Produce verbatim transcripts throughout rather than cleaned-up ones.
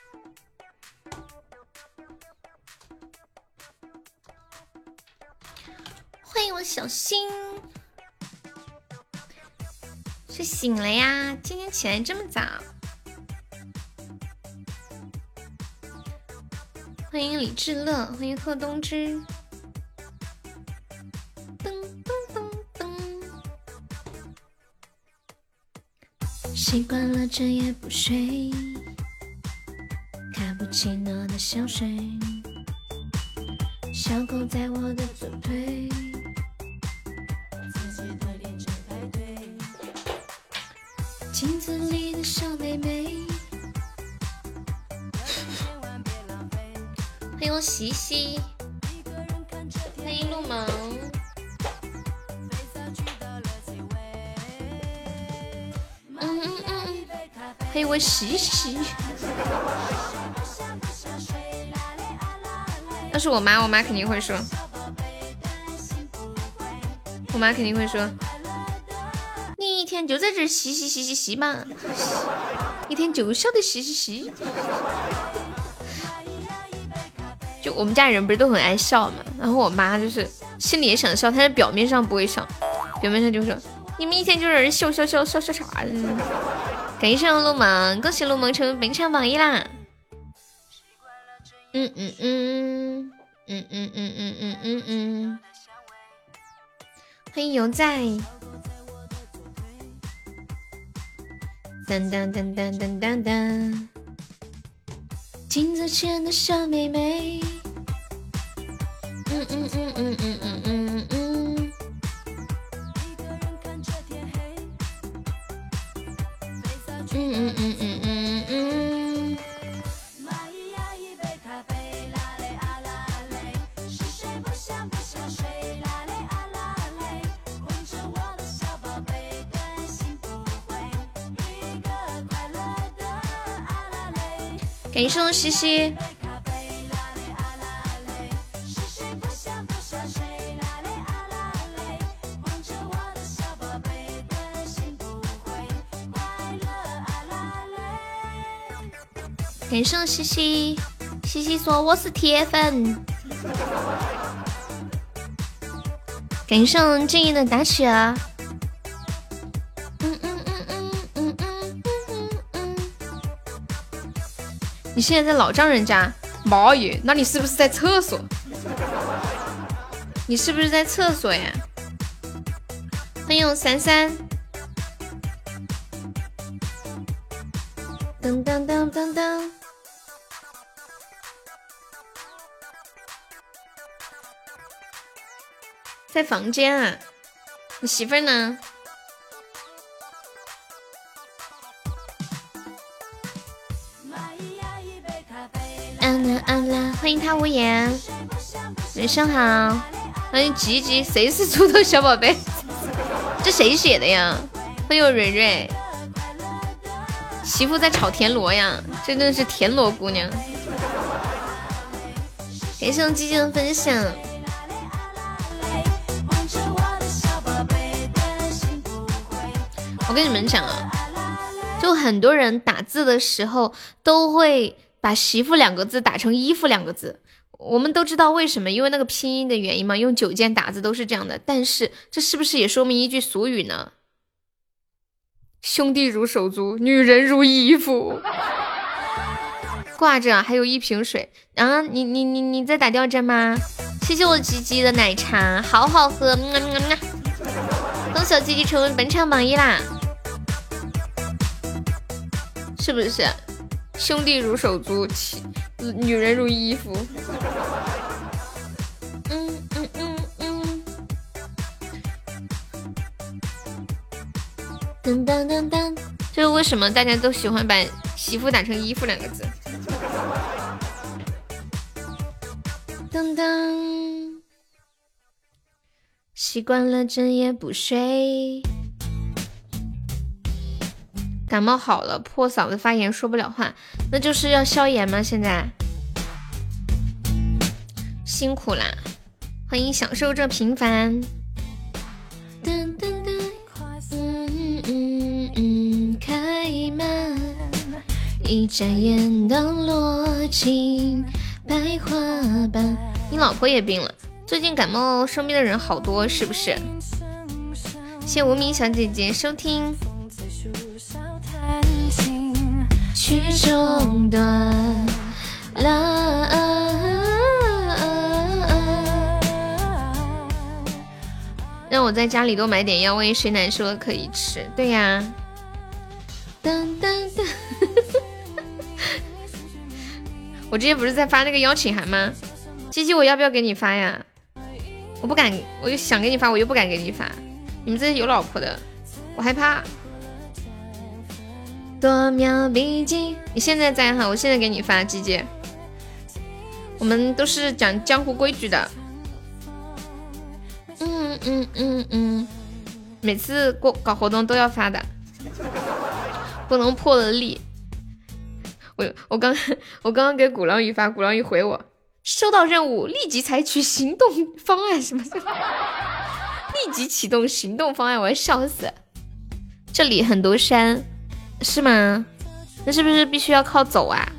欢迎我小新，是醒了呀？今天起来这么早。欢迎李志乐，欢迎贺东之。噔噔噔噔，习惯了整夜不睡，卡布奇诺的香水，小狗在我的左腿。镜子里的小妹妹，欢迎我西西，欢迎陆萌，嗯嗯嗯，欢迎我西西。要是我妈，我妈肯定会说，我妈肯定会说。你一天就在这洗洗洗洗洗嘛，一天就晓得洗洗洗。就我们家人不是都很爱笑嘛，然后我妈就是心里也想笑，但是表面上不会笑，表面上就说你们一天就让人笑笑笑笑笑啥的。感谢陆萌，恭喜陆萌成为本场榜一啦！嗯嗯嗯嗯嗯嗯嗯嗯嗯嗯，欢迎犹在。当当当当当当当，镜子前的小妹妹，嗯嗯嗯嗯嗯嗯嗯嗯，嗯嗯嗯嗯嗯嗯。感谢我西西，感谢我西西，西西说我是铁粉。感谢我正义的打起啊！你现在在老丈人家，妈耶，那你是不是在厕所？你是不是在厕所呀？欢迎我三三，噔噔噔噔噔，在房间啊？你媳妇儿呢？安啦安啦，欢迎他无言，晚上好。欢迎吉吉，谁是猪头小宝贝？这谁写的呀？欢迎我蕊蕊，媳妇在炒田螺呀，真的是田螺姑娘。感谢我吉吉的分享。我跟你们讲啊，就很多人打字的时候都会把媳妇两个字打成衣服两个字，我们都知道为什么，因为那个拼音的原因嘛，用九键打字都是这样的。但是这是不是也说明一句俗语呢？兄弟如手足，女人如衣服。挂着还有一瓶水啊！你你你你在打吊针吗？谢谢我吉吉的奶茶，好好喝。嗯嗯嗯、恭喜我吉吉成为本场榜一啦！是不是？兄弟如手足，女人如衣服。嗯嗯嗯嗯。噔噔噔噔，这是为什么大家都喜欢把媳妇打成衣服两个字？噔噔，习惯了整夜不睡。感冒好了，破嗓子发炎说不了话，那就是要消炎吗？现在辛苦啦，欢迎享受这平凡。噔噔噔，嗯嗯嗯，开门， 一眨眼当落尽百花瓣。你老婆也病了，最近感冒生病的人好多，是不是？谢无名小姐姐收听。曲中断了，让我在家里多买点药，万一谁难受了可以吃。对呀，噔噔噔。我之前不是在发那个邀请函吗？鸡鸡，我要不要给你发呀？我不敢，我就想给你发，我又不敢给你发。你们这些有老婆的，我害怕。多秒笔记，你现在在哈？我现在给你发，鸡鸡。我们都是讲江湖规矩的。嗯嗯嗯嗯，每次过搞活动都要发的，不能破了例。我我刚我刚刚给鼓浪屿发，鼓浪屿回我收到任务，立即采取行动方案什么的，立即启动行动方案，我要笑死。这里很多山，是吗？那是不是必须要靠走啊？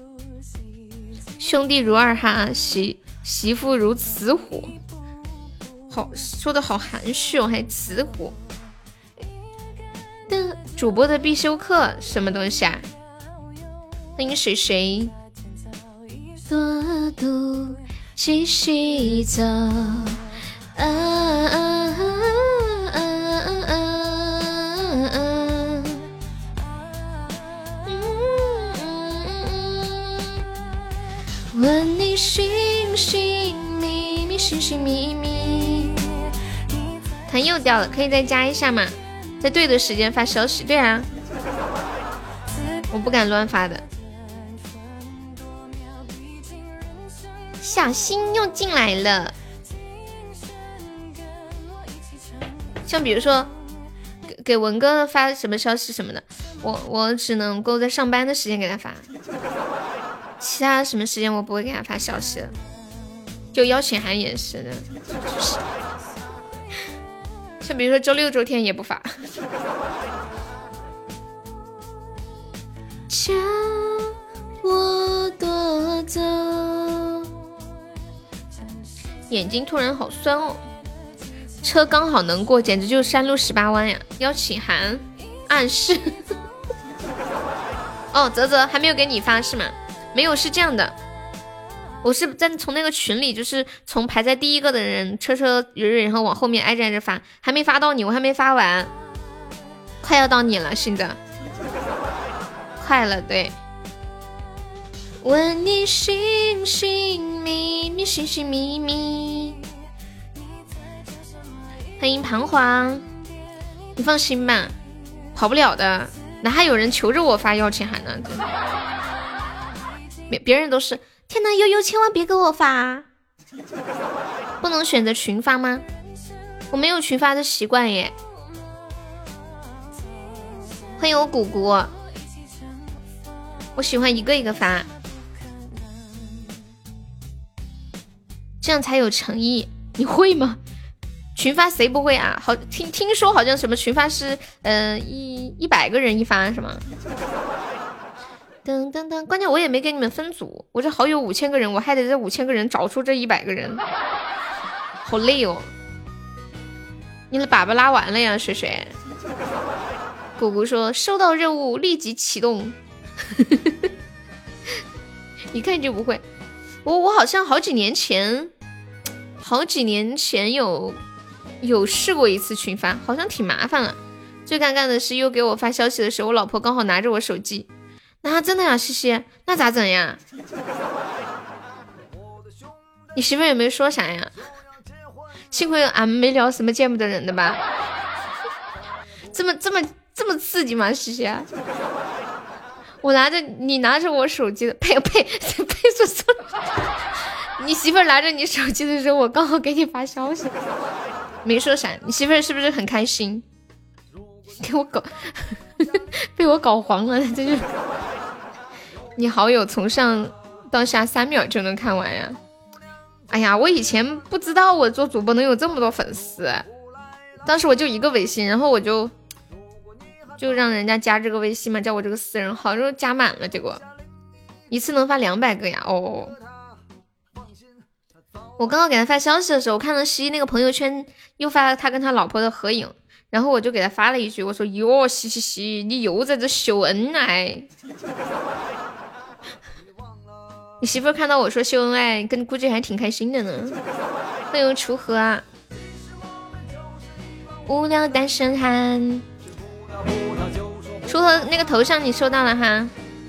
兄弟如二哈，媳媳妇如雌虎。好，说的好含蓄哦，还雌虎。的主播的必修课什么东西啊？欢迎水水。多度继续走，啊啊啊啊啊啊！问你寻寻觅觅，寻寻觅觅。团又掉了，可以再加一下吗？在对的时间发消息。对啊，我不敢乱发的。小新又进来了，像比如说给给文哥发什么消息什么的，我我只能够在上班的时间给他发，其他什么时间我不会给他发消息了。就邀请函也是的，就是像比如说周六周天也不发。将我夺走。眼睛突然好酸哦，车刚好能过，简直就是山路十八弯呀！邀请函暗示。哦，泽泽还没有给你发是吗？没有，是这样的，我是在从那个群里，就是从排在第一个的人车车蕊蕊，然后往后面挨着挨着发，还没发到你，我还没发完，快要到你了，现在快了，对。问你寻寻觅觅，寻寻觅觅。欢迎彷徨，你放心吧，跑不了的，哪还有人求着我发邀请函呢？别别人都是天哪，悠悠千万别给我发，不能选择群发吗？我没有群发的习惯耶。欢迎我谷谷，我喜欢一个一个发，这样才有诚意。你会吗？群发谁不会啊？好听听说好像什么群发是呃一一百个人一发是吗？噔噔噔，关键我也没给你们分组，我这好友五千个人，我还得这五千个人找出这一百个人，好累哦。你的粑粑拉完了呀，水水。姑姑说收到任务立即启动。一看就不会。我我好像好几年前，好几年前有有试过一次群发，好像挺麻烦了。最尴尬的是又给我发消息的时候，我老婆刚好拿着我手机。那真的呀，西西，那咋整呀？你媳妇有没有说啥呀？幸亏俺们没聊什么见不得人的吧？这么这么这么刺激吗，西西？我拿着你拿着我手机的，呸呸呸说错了。你媳妇拿着你手机的时候，我刚好给你发消息，没说啥。你媳妇是不是很开心？给我搞，被我搞黄了，这就。你好友从上到下三秒就能看完呀！哎呀，我以前不知道我做主播能有这么多粉丝，当时我就一个微信，然后我就就让人家加这个微信嘛，加我这个私人号，然后加满了，结果一次能发两百个呀！哦，我刚刚给他发消息的时候，我看到西那个朋友圈又发了他跟他老婆的合影，然后我就给他发了一句，我说哟，西西西，你又在这秀恩爱。你媳妇看到我说秀恩爱，跟估计还挺开心的呢。欢迎锄禾啊，无聊单身汉。锄禾那个头像你收到了哈。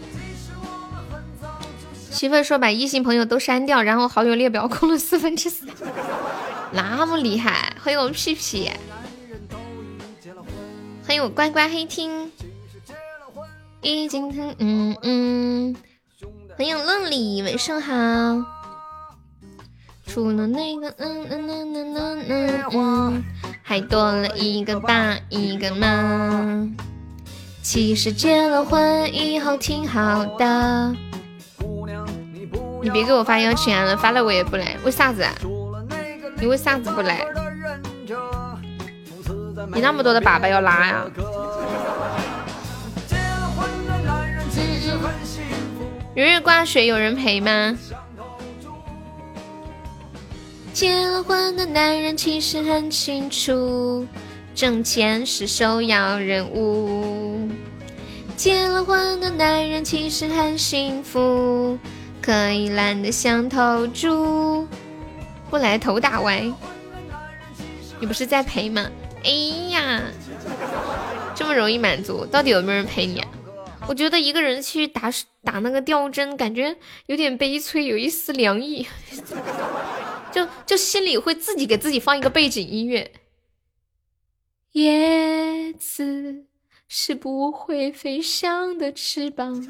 媳妇说把异性朋友都删掉，然后好友列表空了四分之三，那么厉害！欢迎我屁屁，欢迎我乖乖黑听，已经很嗯嗯，欢迎乐里，晚上好。除了那个嗯嗯嗯嗯嗯嗯嗯，还多了一个爸一个妈。其实结了婚以后挺好的。你别给我发邀请函了，发了我也不来，为啥子啊？你为啥子不来？你那么多的粑粑要拉呀？日日挂水有人陪吗？结了婚的男人其实很清楚，挣钱是首要任务。结了婚的男人其实很幸福，可以懒得像头猪，不来头打歪。你不是在陪吗？哎呀，这么容易满足，到底有没有人陪你啊？我觉得一个人去打打那个吊针，感觉有点悲催，有一丝凉意，就就心里会自己给自己放一个背景音乐。叶子是不会飞翔的翅膀，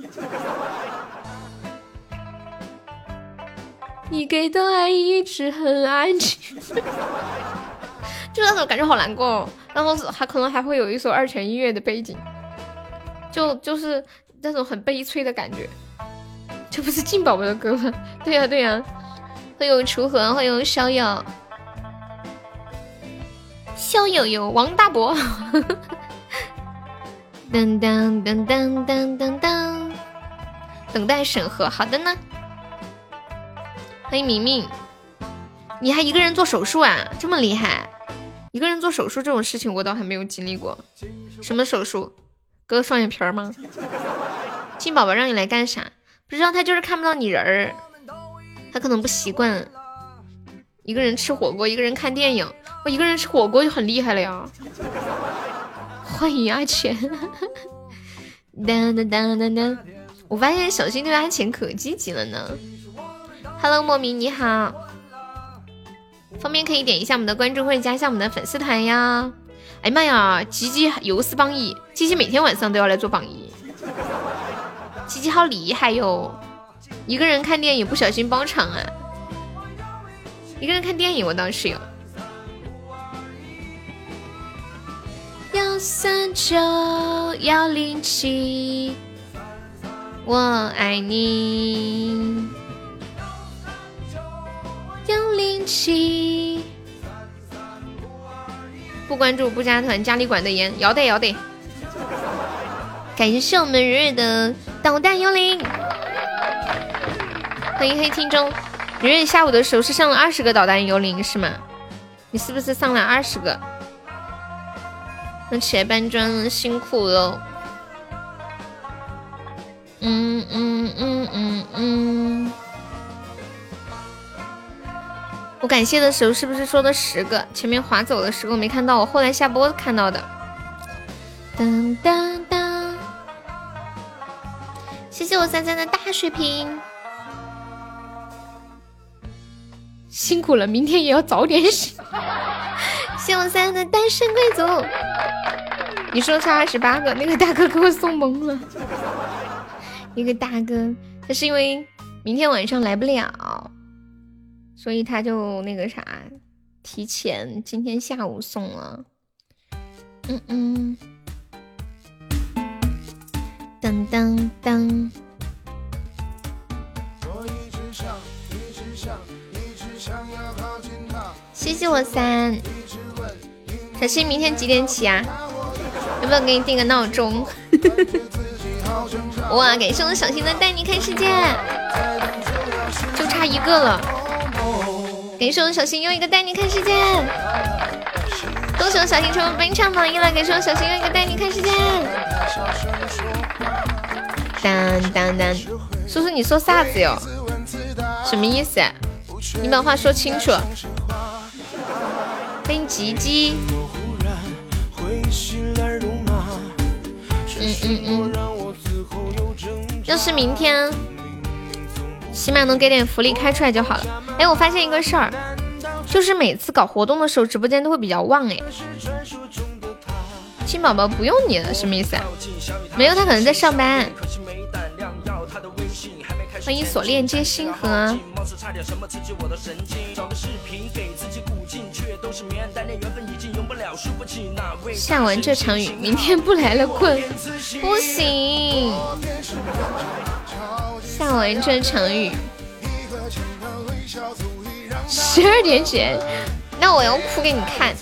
你给的爱一直很安静。就那种感觉好难过哦，然后还可能还会有一首二泉音乐的背景，就就是那种很悲催的感觉。这不是静宝宝的歌吗？对呀、啊、对呀、啊，会有锄禾，会有逍遥，逍友友王大伯。噔噔噔噔噔噔噔，等待审核。好的呢，欢迎明明，你还一个人做手术啊？这么厉害！一个人做手术这种事情我倒还没有经历过。什么手术？割双眼皮吗？金宝宝让你来干啥？不知道，他就是看不到你人儿，他可能不习惯。一个人吃火锅，一个人看电影，我一个人吃火锅就很厉害了呀。欢迎阿钱。哒哒哒哒哒，我发现小新对阿钱可积极了呢。Hello， 莫名你好。方便可以点一下我们的关注，或者加一下我们的粉丝团呀。哎妈呀，吉吉又是榜一，吉吉每天晚上都要来做榜一，吉吉好厉害哟！一个人看电影不小心包场啊！一个人看电影我倒是有。幺三九幺零七，我爱你。幺零七，不关注不加团，家里管得严，要得要得。感谢我们日日的导弹幽灵，欢迎黑听众。日日下午的时候是上了二十个导弹幽灵是吗？你是不是上了二十个？那起来搬砖了，辛苦了。嗯嗯嗯嗯嗯。我感谢的时候是不是说的十个？前面划走的十个我没看到，我后来下播看到的。当当当，谢谢我三三的大水瓶，辛苦了，明天也要早点醒。谢谢我三三的单身贵族，你说差二十八个，那个大哥给我送懵了。那个大哥他是因为明天晚上来不了。所以他就那个啥，提前今天下午送了。嗯嗯，当当当。谢谢我三，小新明天几点起啊？有没不要给你定个闹钟？哇，感谢我小新的带你看世界，就差一个了。感谢我小新又一个带你看世界，恭喜我小新成为本场榜一了。感谢我小新又一个带你看世界。当当当，叔叔你说啥子哟？什么意思？你把话说清楚。欢迎吉吉。嗯嗯嗯。要是明天起码能给点福利开出来就好了。哎，我发现一个事儿，就是每次搞活动的时候，直播间都会比较旺。哎，亲宝宝不用你了，什么意思啊？没有，他可能在上班。欢迎锁链接星河。下完这场雨，明天不来了困，不行。下完这场雨，十二点前，那我要哭给你看。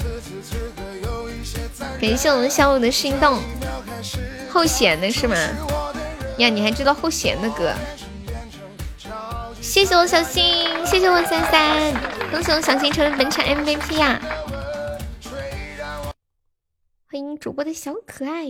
感谢我们小五的心动，后弦的是吗？呀，你还知道后弦的歌？谢谢我小新，谢谢我三三，恭喜我小新成为本场 M V P 呀！欢迎主播的小可爱。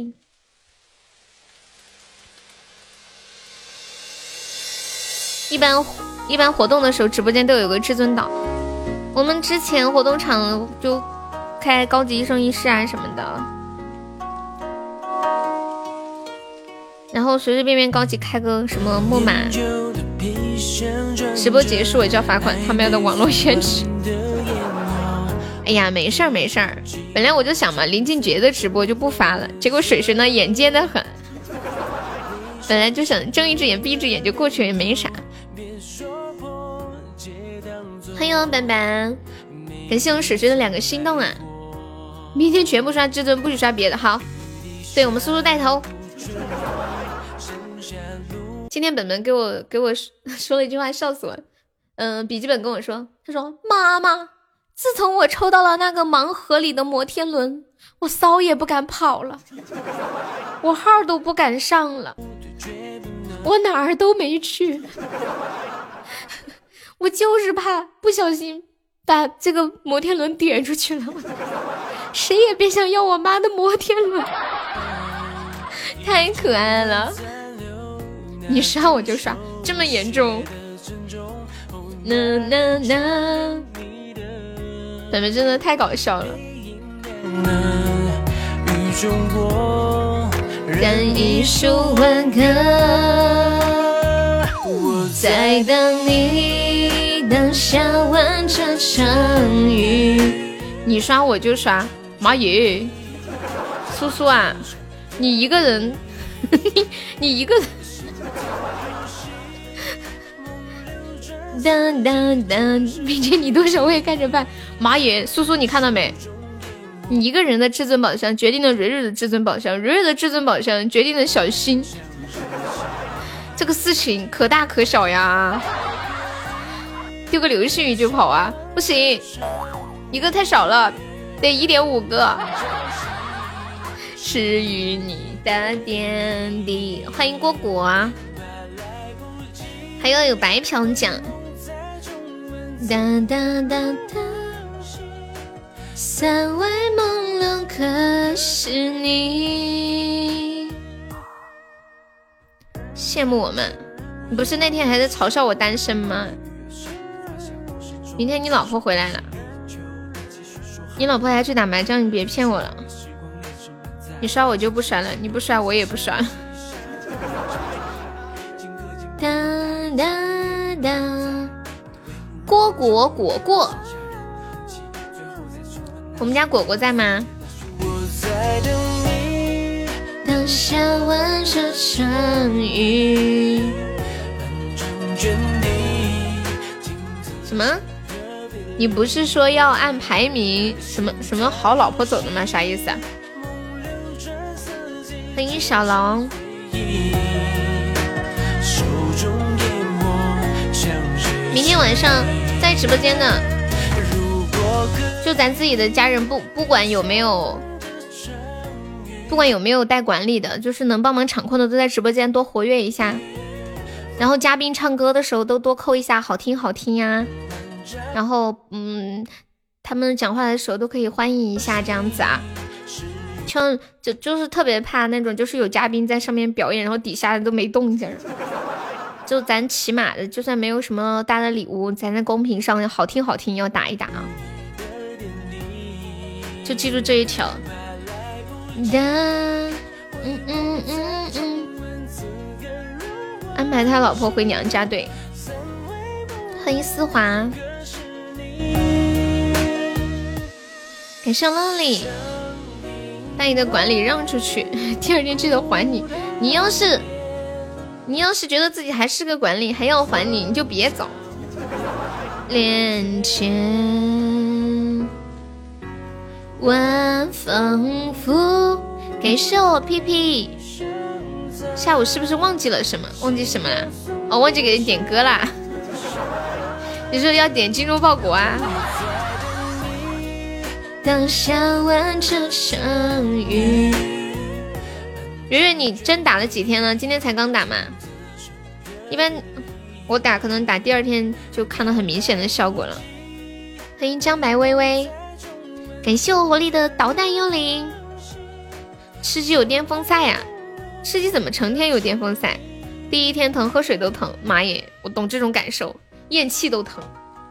一般一般活动的时候，直播间都有个至尊岛。我们之前活动场就开高级一生一世啊什么的，然后随随便便高级开个什么木马，直播结束我就要罚款，他们要的网络限制。哎呀，没事儿没事儿，本来我就想嘛，林俊杰的直播就不发了，结果水水呢眼尖的很，本来就想睁一只眼闭一只眼就过去，也没啥。欢迎板板，感谢我水水的两个心动啊！明天全部刷至尊，不许刷别的。好，对我们苏苏带头。今天本本给我给我说了一句话，笑死我。嗯、呃，笔记本跟我说，他说妈妈，自从我抽到了那个盲盒里的摩天轮，我骚也不敢跑了，我号都不敢上了，我哪儿都没去，我就是怕不小心把这个摩天轮点出去了，谁也别想要我妈的摩天轮，太可爱了。你刷我就刷，这么严重？那那那，本本真的太搞笑了。但一首挽歌，我在等你，等下完这场雨。你刷我就刷，妈耶！苏苏啊，你一个人，你一个人。当当当，并且你多少我也看着办。妈耶，苏苏你看到没？你一个人的至尊宝箱决定了蕊蕊的至尊宝箱，蕊蕊的至尊宝箱决定了小新。这个事情可大可小呀，丢个流星雨就跑啊？不行，一个太少了，得一点五个。是与你的点滴，欢迎果果啊，还有有白嫖奖。哒哒哒哒，三位朦胧可是你。羡慕我们，你不是那天还在嘲笑我单身吗？明天你老婆回来了，你老婆还去打麻将，你别骗我了。你刷我就不刷了，你不刷我也不刷。哒哒哒，果果果果，我们家果果在吗？当下完这场雨。什么？你不是说要按排名什么什么好老婆走的吗？啥意思啊？欢迎小龙。明天晚上在直播间的，就咱自己的家人，不不管有没有不管有没有带管理的，就是能帮忙场控的都在直播间多活跃一下，然后嘉宾唱歌的时候都多扣一下好听好听呀、啊，然后嗯，他们讲话的时候都可以欢迎一下这样子啊。就就就是特别怕那种，就是有嘉宾在上面表演，然后底下都没动静。就咱起码的，就算没有什么大的礼物，咱在公屏上好听好听要打一打啊！就记住这一条。的，嗯嗯嗯嗯，安排他老婆回娘家，对。欢迎思华，感谢乐丽，把你的管理让出去，第二天记得还你。你要是。你要是觉得自己还是个管理还要还你，你就别走。恋前晚风拂，感谢我屁屁。下午是不是忘记了什么？忘记什么了？哦，忘记给你点歌啦。你说要点精忠报国啊？当下完这场雨。圆圆，你真打了几天了？今天才刚打吗？一般我打可能打第二天就看到很明显的效果了。欢迎江白微微，感谢我活力的导弹幽灵。吃鸡有巅峰赛呀、啊？吃鸡怎么成天有巅峰赛？第一天疼，喝水都疼。妈耶，我懂这种感受，咽气都疼。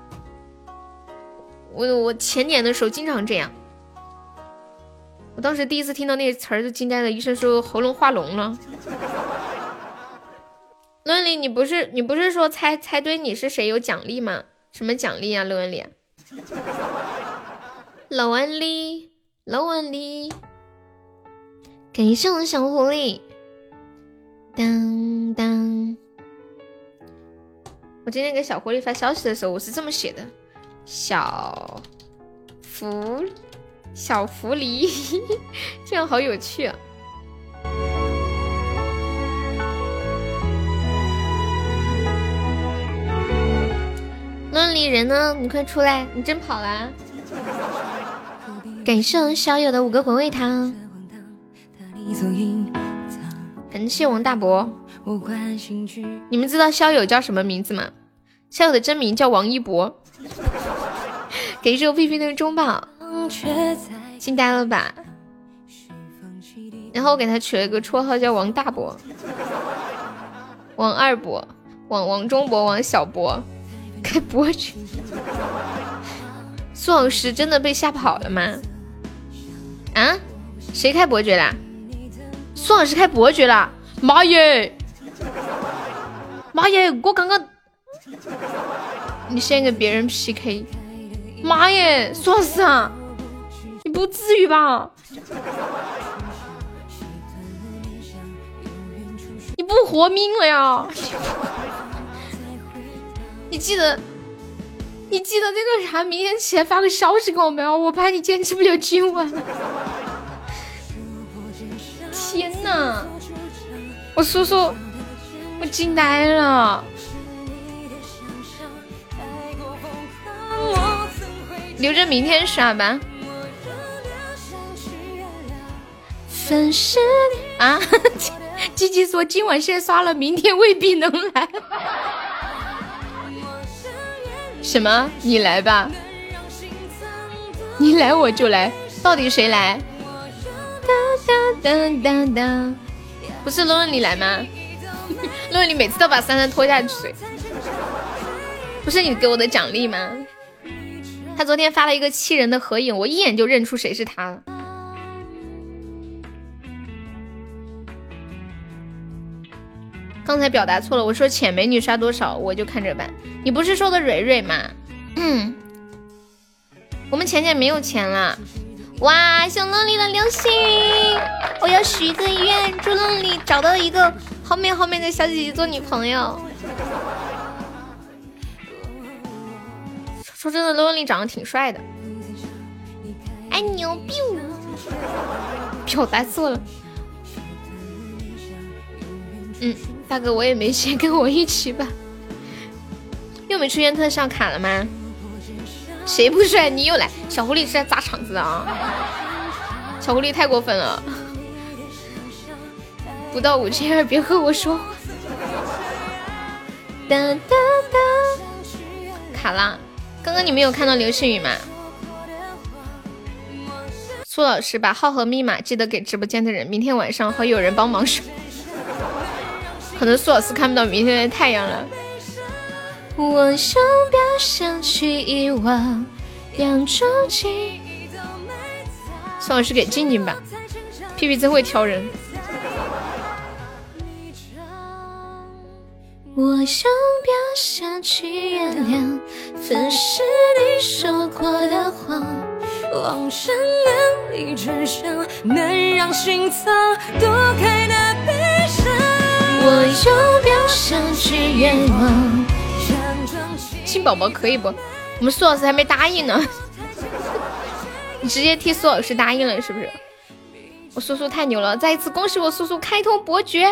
我我前年的时候经常这样。我当时第一次听到那个词儿就惊呆了，医生说喉咙化脓了。论理，你不是你不是说猜猜对你是谁有奖励吗？什么奖励啊？刘文丽，老文丽，老文丽，感谢我小狐狸。当当，我今天给小狐狸发消息的时候，我是这么写的：小福。小福梨，这样好有趣啊！论理人呢？你快出来！你真跑啦！感谢小友的五个回味汤，感谢王大伯。你们知道肖友叫什么名字吗？肖友的真名叫王一博。感谢我屁屁的中宝。惊呆了吧？然后我给他取了一个绰号叫王大伯、王二伯、王王中伯、王小伯，开伯爵。苏老师真的被吓跑了吗？啊？谁开伯爵啦？苏老师开伯爵啦！妈耶！妈耶！我刚刚你先跟别人 P K， 妈耶！苏老师啊！你不至于吧？你不活命了呀？你记得，你记得这个啥？明天起来发个消息给我们哦，我怕你坚持不了今晚。天哪！我叔叔，我惊呆了。留着明天刷吧。分尸啊！鸡鸡说今晚先刷了，明天未必能来。什么？你来吧，你来我就来，到底谁来？哒哒哒哒哒，不是洛洛你来吗？洛洛你每次都把珊珊拖下水，不是你给我的奖励吗？他昨天发了一个七人的合影，我一眼就认出谁是他了。刚才表达错了，我说浅美女刷多少我就看着办。你不是说的蕊蕊吗？嗯，我们浅浅没有钱了。哇，小乐丽的流星，我要许一个愿，祝乐丽找到一个好美好美的小姐姐做女朋友。说真的，乐丽长得挺帅的。哎牛逼！表达错了。嗯。大哥我也没钱，跟我一起吧。又没出现特效卡了吗？谁不帅？你又来，小狐狸是在砸场子的啊！小狐狸太过分了， 不到五千二，别和我说话。哒哒哒，卡了。刚刚你们有看到流星雨吗？苏老师把号和密码记得给直播间的人，明天晚上会有人帮忙说。可能苏老师看不到明天的太阳了。我用表象去遗忘两种记忆。苏老师给静静吧，屁屁真会挑人。我用表象去原谅粉饰你说过的谎，望山两里真相能让心脏躲开那悲伤。我用表象去愿望。亲宝宝可以不？我们苏老师还没答应呢。你直接替苏老师答应了是不是？我叔叔太牛了，再一次恭喜我叔叔开通伯爵。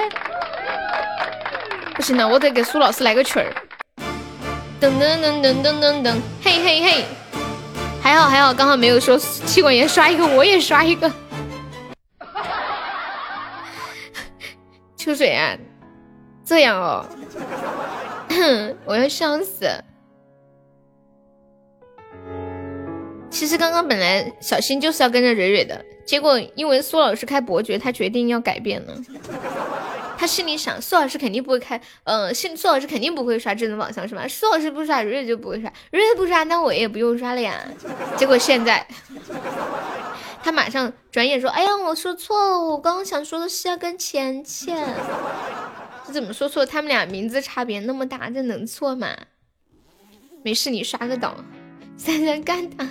不行了，我得给苏老师来个曲儿。噔噔噔噔噔噔噔，嘿嘿嘿！还好还好，刚好没有说气管炎刷一个，我也刷一个。秋水啊，这样哦，我要笑死。其实刚刚本来小新就是要跟着蕊蕊的，结果因为苏老师开伯爵，他决定要改变了。他心里想，苏老师肯定不会开，呃，苏苏老师肯定不会刷智能宝箱是吧？苏老师不刷，蕊蕊就不会刷，蕊蕊不刷，那我也不用刷了呀。结果现在，他马上转眼说：“哎呀，我说错了，我刚刚想说的是要跟浅浅。”这怎么说错？他们俩名字差别那么大，这能错吗？没事，你刷个岛，三三干他。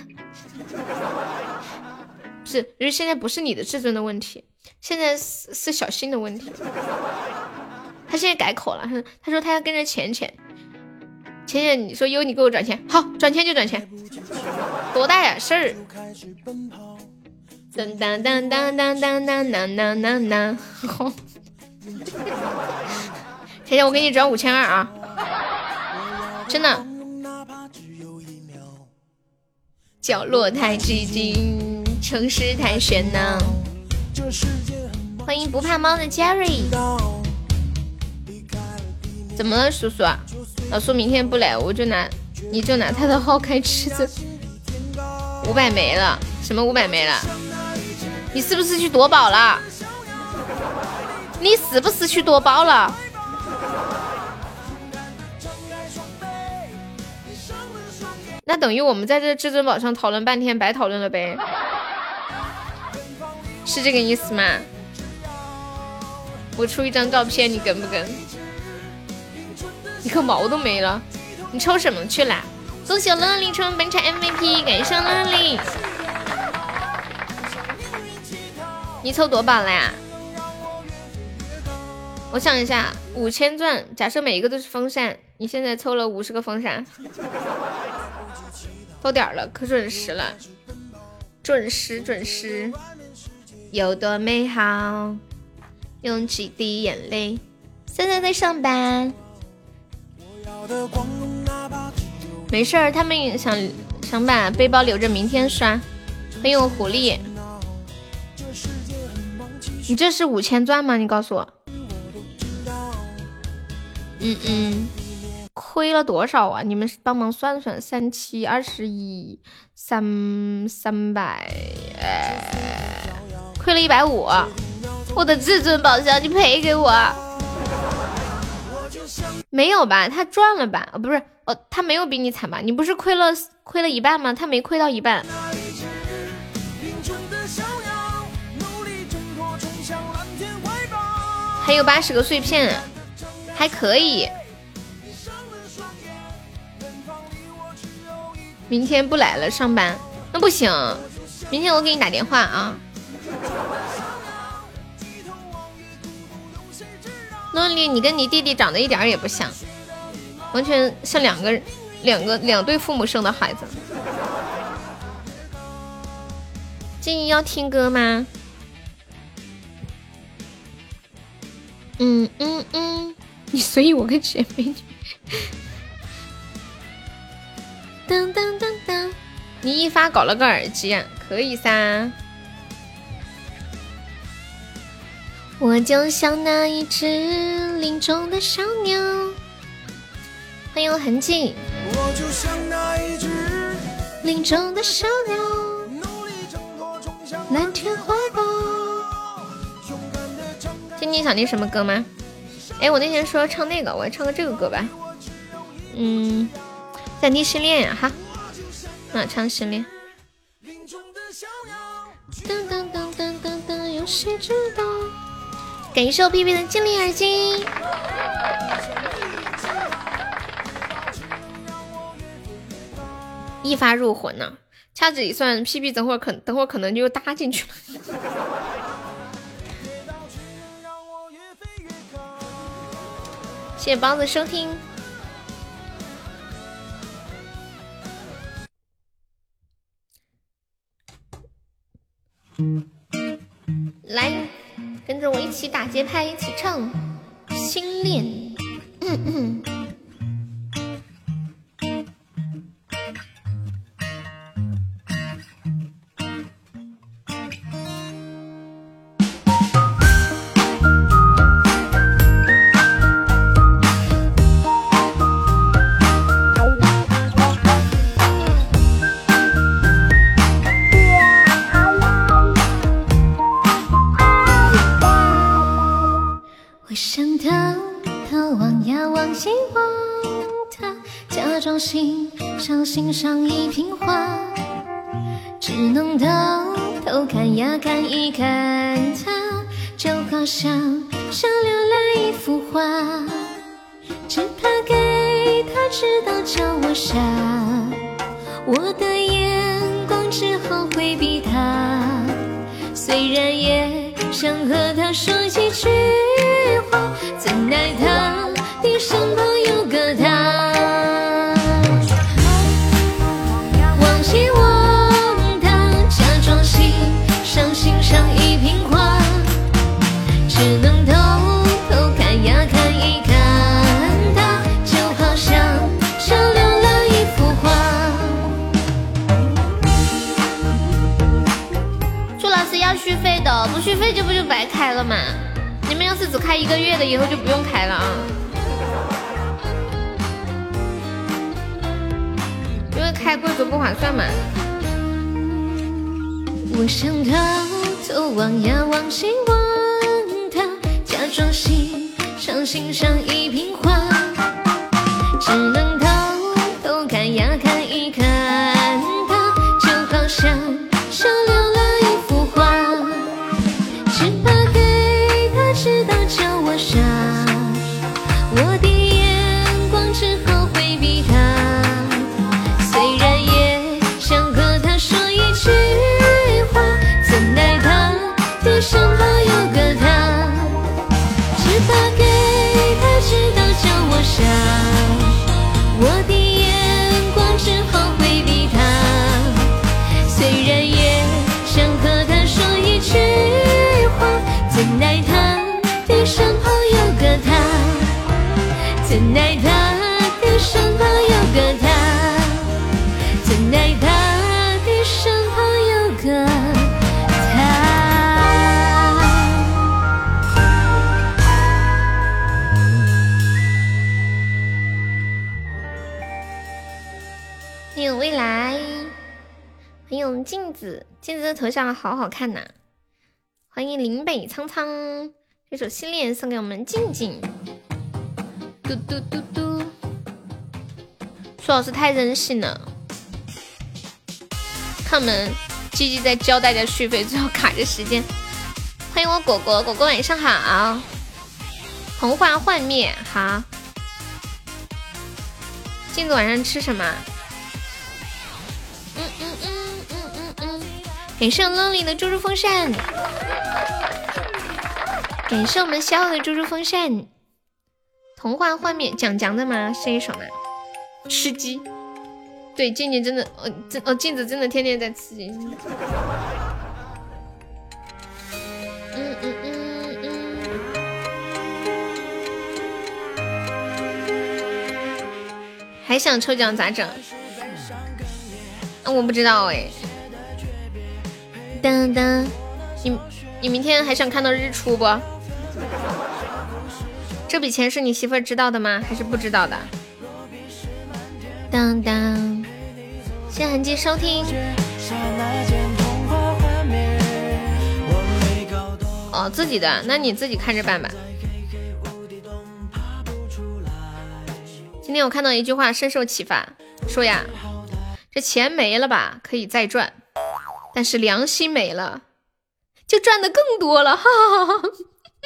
不是，因为现在不是你的至尊的问题。现在是是小新的问题，他现在改口了，他说他要跟着浅浅，浅浅你说优你给我转钱，好，转钱就转钱，多大点事儿。当当当当当当当当当当当，浅浅我给你转五千二啊，真的。角落太寂静，城市太喧闹。欢迎不怕猫的 Jerry。 怎么了叔叔啊？老叔明天不来，我就拿你就拿他的号开吃的。五百没了，什么五百没了？你是不是去夺宝了？你是不是去夺宝了？那等于我们在这至尊宝上讨论半天，白讨论了呗？是这个意思吗？我出一张照片，你跟不跟？你可毛都没了，你抽什么去了？恭喜我乐丽成本场 M V P， 感谢乐丽。你抽多宝了呀？我想一下，五千钻，假设每一个都是风扇，你现在抽了五十个风扇，到点了，可准时了，准时准时。有多美好，用几滴眼泪。现在在上班，没事儿，他们想想把背包留着明天刷，很有活力。你这是五千钻吗？你告诉我。嗯嗯，亏了多少啊？你们帮忙算算，三七二十一，三三百，呃。亏了一百五，我的至尊宝箱，你赔给我。没有吧？他赚了吧？哦，不是，哦，他没有比你惨吧？你不是亏了亏了一半吗？他没亏到一半。还有八十个碎片，还可以。明天不来了，上班那不行。明天我给你打电话啊。诺丽，你跟你弟弟长得一点也不像，完全像两个两个两对父母生的孩子。静怡要听歌吗？嗯嗯嗯，你所以我跟谁美女？当当当当，你一发搞了个耳机啊，可以噻。 我就像那一只林中的小鸟。欢迎痕迹。我就像那一只林中的小鸟，努力挣脱种下蓝天怀抱。今天想听什么歌吗？哎，我那天说唱那个，我来唱个这个歌吧。嗯，想听失恋呀、啊、哈，那唱失恋。噔噔噔噔噔噔，有谁知道？感谢我屁屁的精灵耳机。一发入魂呢、啊，掐指一算，屁屁等会儿可等会儿可能就又搭进去了。谢谢包子收听。来，跟着我一起打节拍，一起唱《心恋》。嗯嗯。心上欣赏一瓶花，只能偷偷看呀看一看它，就好像像浏览一幅画，只怕给他知道叫我傻，我的眼光只好回避他，虽然也想和他说几句话，怎奈他的身旁有个他。希望他假装欣赏欣赏一瓶花，只能偷偷看呀看一看他，就好像像浏览一幅画。朱老师要续费的，不续费就不就白开了嘛？你们要是只开一个月的，以后就不用开了啊。因为开贵族不划算嘛。我想偷偷望呀望，希望他假装欣赏欣赏一瓶花，只能偷偷看呀看一看他，就好像像浏览一幅画，只怕给他知道叫我傻，我的眼光只好回避他。虽然也想和他说一句话，怎奈他的身旁有个他，只怕给他知道叫我傻，我的眼光只好回避他。虽然也想和他说一句话，怎奈他的身旁有个他，怎奈他的身旁有个他，怎奈他的身旁有个他。还有未来，还有镜子，镜子的头像好好看呐！欢迎林北苍苍，这首《心恋》送给我们静静。嘟嘟嘟嘟，苏老师太任性了。看我们鸡鸡在教大家续费，最后卡着时间。欢迎我果果，果果晚上好。红花幻灭，好。镜子晚上吃什么？嗯嗯嗯嗯嗯嗯。感谢我 Lonely 的猪猪风扇，感谢我们逍遥的猪猪风扇。童话幻灭讲讲的吗？是一首吗？吃鸡。对，静静真的，哦，真哦，镜子真的天天在吃鸡。嗯嗯嗯嗯。还想抽奖咋整？啊，我不知道哎。当当，你你明天还想看到日出不？ 这笔钱是你媳妇儿知道的吗？还是不知道的？当当，谢谢痕迹收听。哦，自己的，那你自己看着办吧。今天我看到一句话深受启发，说呀，这钱没了吧可以再赚，但是良心没了就赚的更多了，哈哈哈哈。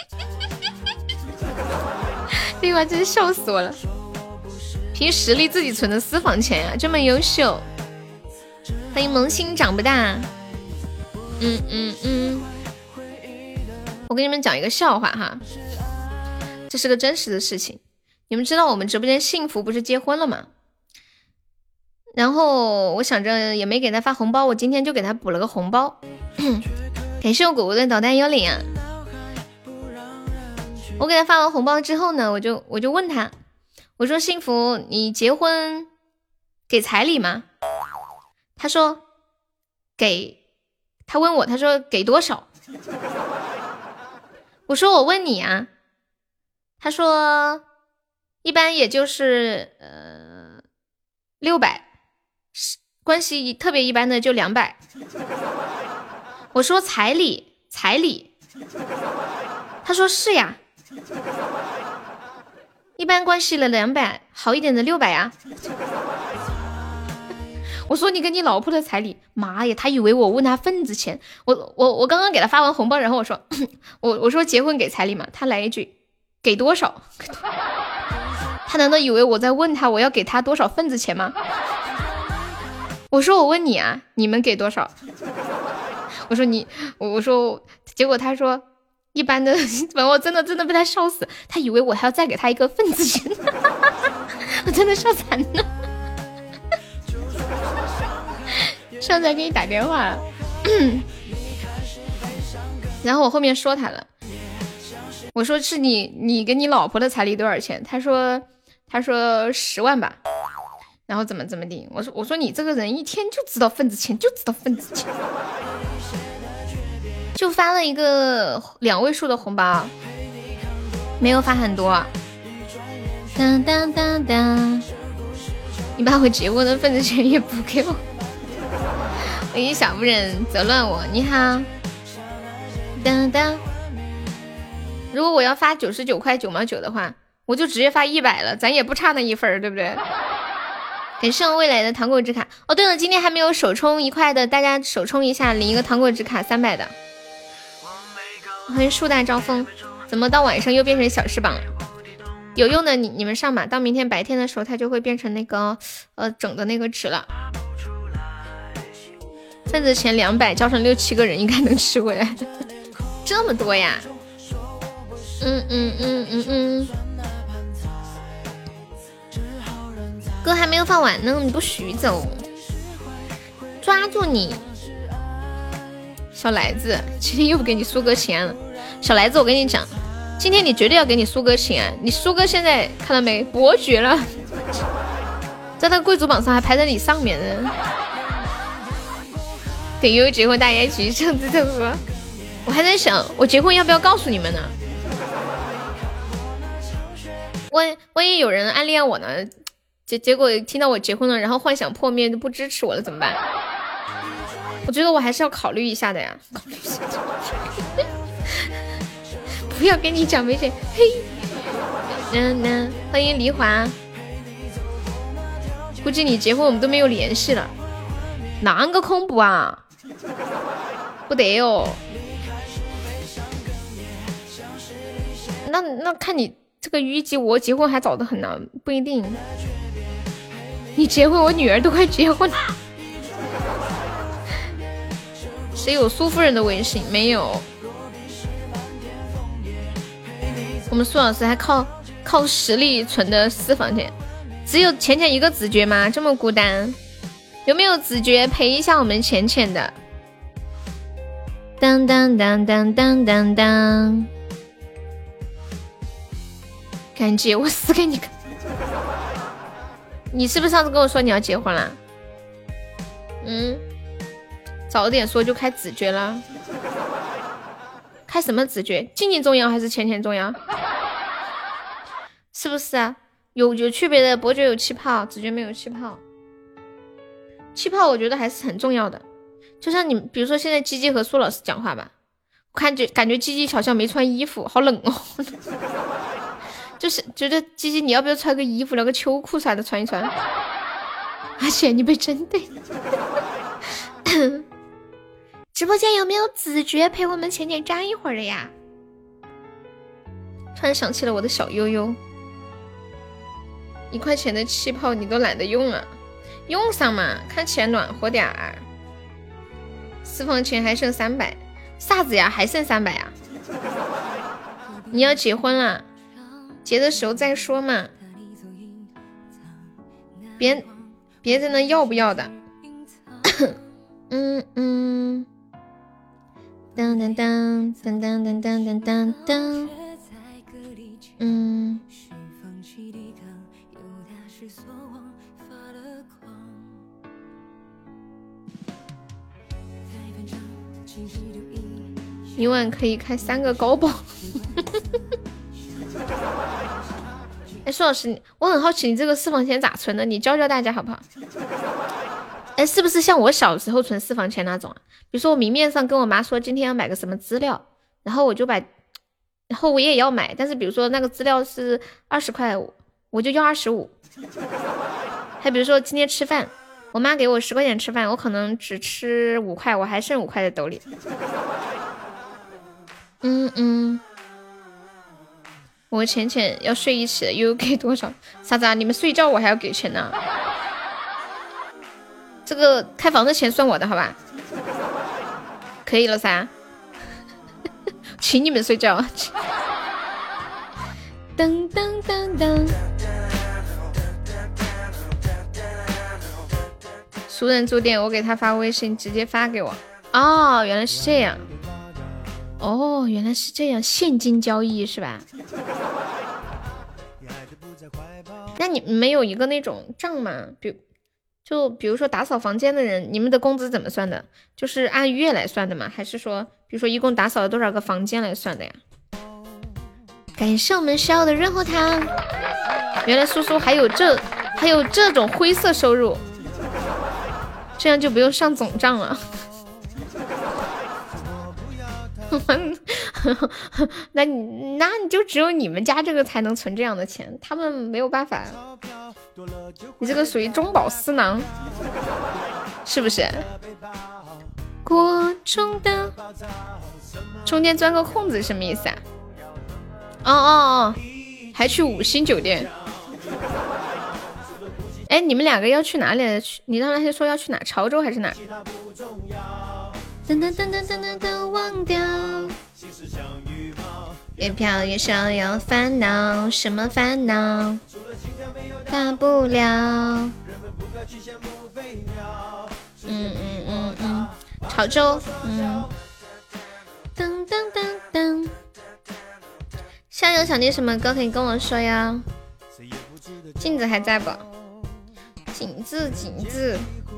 这句话真是笑死我了。凭实力自己存的私房钱呀、啊，这么优秀。欢迎萌新长不大。嗯嗯嗯。我给你们讲一个笑话哈，这是个真实的事情。你们知道我们直播间幸福不是结婚了吗？然后我想着也没给他发红包，我今天就给他补了个红包。感谢我果果的导弹幽灵啊！我给他发完红包之后呢，我就我就问他，我说幸福，你结婚给彩礼吗？他说给，他问我，他说给多少？我说我问你啊，他说一般也就是呃六百，关系特别一般的就两百。我说彩礼彩礼，他说是呀，一般关系了两百，好一点的六百呀。我说你跟你老婆的彩礼，妈呀，他以为我问他份子钱。我我我刚刚给他发完红包，然后我说我我说结婚给彩礼嘛，他来一句给多少？他难道以为我在问他我要给他多少份子钱吗？我说我问你啊，你们给多少？我说你我我说，结果他说一般的，我真的真的被他笑死，他以为我还要再给他一个份子钱，我真的笑惨了。上次还给你打电话，然后我后面说他了，我说是你你跟你老婆的彩礼多少钱？他说他说十万吧，然后怎么怎么地？我说我说你这个人一天就知道份子钱，就知道份子钱，就发了一个两位数的红包，没有发很多。当当当当，你把我结婚的份子钱也补给我。我一小不忍则乱我，你好。当当，如果我要发九十九块九毛九的话，我就直接发一百了，咱也不差那一份，对不对？感谢我未来的糖果纸卡。哦，对了，今天还没有首充一块的，大家首充一下，领一个糖果纸卡三百的。欢迎树大招风，怎么到晚上又变成小翅膀了？有用的你你们上吧，到明天白天的时候，它就会变成那个呃整的那个纸了。份子钱两百，交上六七个人应该能吃回来。这么多呀？嗯嗯嗯嗯嗯。歌还没有放完呢，你不许走，抓住你！小来子，今天又不给你苏哥钱了。小来子，我跟你讲，今天你绝对要给你苏哥钱。你苏哥现在看到没，伯爵了，在那个贵族榜上还排在你上面呢。等悠悠结婚，大家一起唱这首歌。我还在想，我结婚要不要告诉你们呢？万万一有人暗恋我呢？结结果听到我结婚了，然后幻想破灭，就不支持我了，怎么办？我觉得我还是要考虑一下的呀，考虑一下。不要跟你讲没谁，嘿，嗯嗯，欢迎黎华。估计你结婚我们都没有联系了，哪个恐怖啊？不得哦。那那看你这个虞姬，我结婚还早得很呢，不一定。你结婚，我女儿都快结婚了。谁有苏夫人的微信？没有。我们苏老师还靠靠实力存的私房钱，只有浅浅一个子爵吗？这么孤单？有没有子爵陪一下我们浅浅的？当当当当当当当，感觉我死给你看！你是不是上次跟我说你要结婚啦？嗯，早点说就开子爵了。开什么子爵？静静重要还是浅浅重要？ 是不是啊？有有区别的，伯爵有气泡，子爵没有气泡。气泡我觉得还是很重要的，就像你比如说现在鸡鸡和苏老师讲话吧，我看觉感觉鸡鸡好像没穿衣服，好冷哦。就是觉得鸡鸡你要不要穿个衣服，聊个秋裤啥的穿一穿。阿雪你被针对。直播间有没有子爵陪我们浅浅站一会儿的呀？突然想起了我的小悠悠，一块钱的气泡你都懒得用了，用上嘛，看起来暖和点儿。私房钱还剩三百，啥子呀？还剩三百啊？你要结婚了，结的时候再说嘛，别别在那要不要的。嗯嗯，当当当当当当当当当，嗯。一晚可以开三个高保。哎，苏老师，我很好奇你这个私房钱咋存的？你教教大家好不好？哎，是不是像我小时候存私房钱那种啊？比如说我明面上跟我妈说今天要买个什么资料，然后我就把，然后我也要买，但是比如说那个资料是二十块，我就要二十五。还比如说今天吃饭，我妈给我十块钱吃饭，我可能只吃五块，我还剩五块在兜里。嗯嗯，我浅浅要睡一起，又给多少？啥子啊？你们睡觉我还要给钱呢？这个开房的钱算我的好吧？可以了噻，请你们睡觉。噔噔噔噔，熟人住店，我给他发微信，直接发给我。哦，原来是这样。哦，原来是这样，现金交易是吧？那你们没有一个那种账吗？比就比如说打扫房间的人，你们的工资怎么算的？就是按月来算的吗？还是说，比如说一共打扫了多少个房间来算的呀？感谢我们烧的润喉糖。原来叔叔还有这还有这种灰色收入，这样就不用上总账了。那你那你就只有你们家这个才能存这样的钱，他们没有办法。你这个属于中饱私囊，是不是？锅中的中间钻个空子什么意思啊？哦哦哦，还去五星酒店。哎，你们两个要去哪里？去你刚才说要去哪？潮州还是哪？噔噔噔噔噔噔噔，忘掉。越飘越上有烦恼，什么烦恼？大不了。嗯嗯嗯嗯，潮州。嗯。噔噔噔噔。下游想听什么歌可以跟我说呀？镜子还在不？景致景致。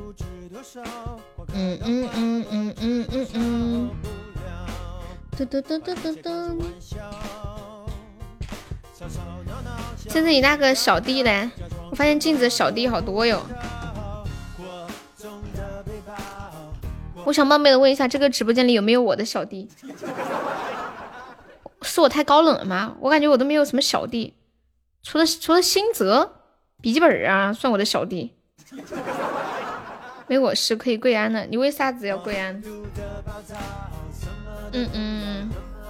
嗯嗯嗯嗯嗯嗯嗯，嘟嘟嘟嘟嘟嘟。现在你那个小弟嘞？我发现镜子小弟好多哟。我想冒昧的问一下，这个直播间里有没有我的小弟？是我太高冷了吗？我感觉我都没有什么小弟，除了除了新泽笔记本啊，算我的小弟。没我是可以跪安的，你为啥子要跪安？嗯嗯。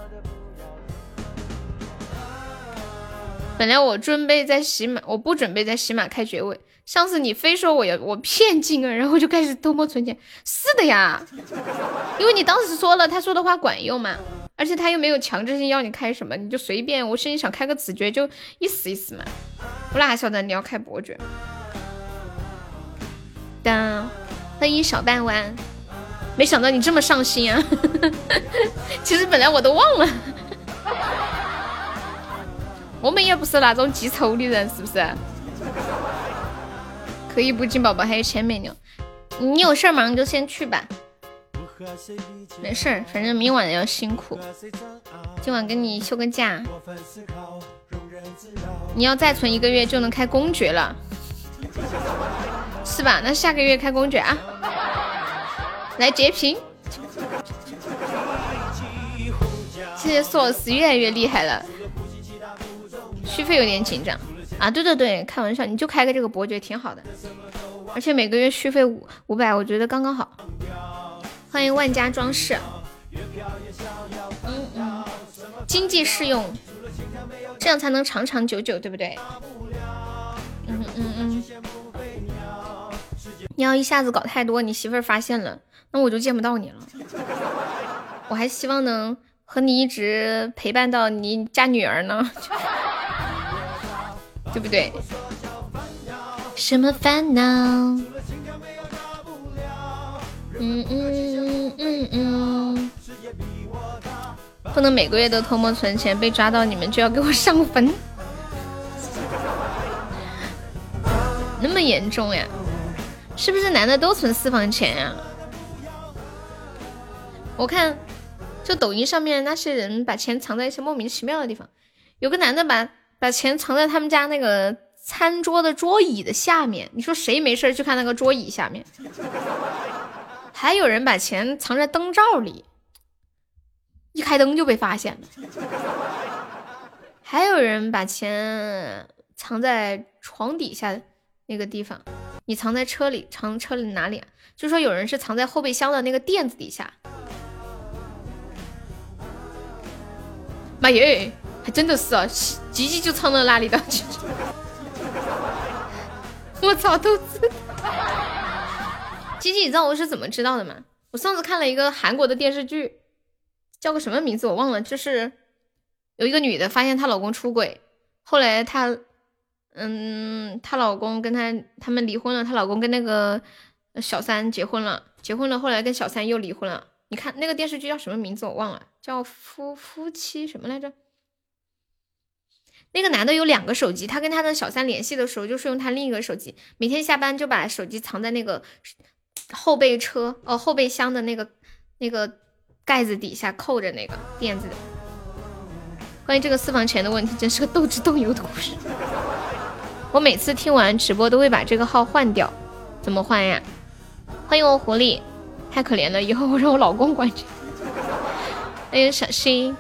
本来我准备在喜马，我不准备在喜马开爵位。上次你非说我要我骗金啊，然后就开始偷摸存钱。是的呀，因为你当时说了，他说的话管用嘛，而且他又没有强制性要你开什么，你就随便。我心里想开个子爵就意思意思嘛，我哪还晓得你要开伯爵？当喝一小半碗，没想到你这么上心啊！其实本来我都忘了，我们也不是那种记仇的人，是不是？可以不金宝宝还有千美牛，你有事忙就先去吧，没事儿，反正明晚要辛苦，今晚跟你休个假。 你要再存一个月就能开公爵了，是吧？那下个月开公爵啊！来截屏，谢谢索尔斯，越来越厉害了。续费有点紧张啊！对对对，开玩笑，你就开个这个伯爵挺好的，而且每个月续费五五百，我觉得刚刚好。欢迎万家装饰，嗯嗯，经济适用，这样才能长长久久，对不对？嗯嗯嗯。你要一下子搞太多，你媳妇儿发现了，那我就见不到你了。我还希望能和你一直陪伴到你家女儿呢，对不对？什么烦恼？嗯嗯嗯嗯，不能每个月都偷摸存钱，被抓到你们就要给我上坟，那么严重呀？是不是男的都存私房钱呀？我看就抖音上面那些人把钱藏在一些莫名其妙的地方，有个男的把把钱藏在他们家那个餐桌的桌椅的下面，你说谁没事去看那个桌椅下面？还有人把钱藏在灯罩里，一开灯就被发现了。还有人把钱藏在床底下那个地方，你藏在车里，藏车里哪里啊？就说有人是藏在后备箱的那个垫子底下。妈耶，还真的是啊，吉吉就藏到哪里的？我早都知道。吉吉，你知道我是怎么知道的吗？我上次看了一个韩国的电视剧，叫个什么名字我忘了，就是有一个女的发现她老公出轨，后来她，嗯，她老公跟她他们离婚了，她老公跟那个小三结婚了，结婚了，后来跟小三又离婚了。你看那个电视剧叫什么名字我忘了，叫夫夫妻什么来着？那个男的有两个手机，他跟他的小三联系的时候就是用他另一个手机，每天下班就把手机藏在那个后备车哦后备箱的那个那个盖子底下扣着那个垫子的。关于这个私房钱的问题，真是个斗智斗勇的故事。我每次听完直播都会把这个号换掉，怎么换呀？欢迎我狐狸，太可怜了，以后我让我老公管着。欢迎小新。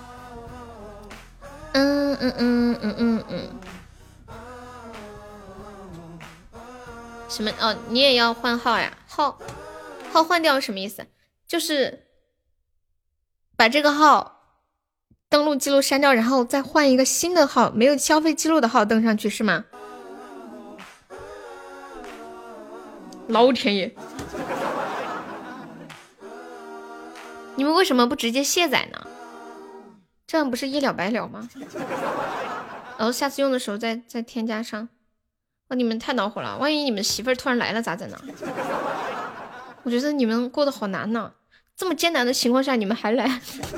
嗯嗯嗯嗯嗯嗯，什么？哦，你也要换号呀？号号换掉什么意思？就是把这个号登录记录删掉，然后再换一个新的号，没有消费记录的号登上去是吗？老天爷！你们为什么不直接卸载呢？这样不是一了百了吗？然后下次用的时候再再添加上。哦，你们太恼火了，万一你们媳妇儿突然来了咋整呢？我觉得你们过得好难呢，这么艰难的情况下你们还来，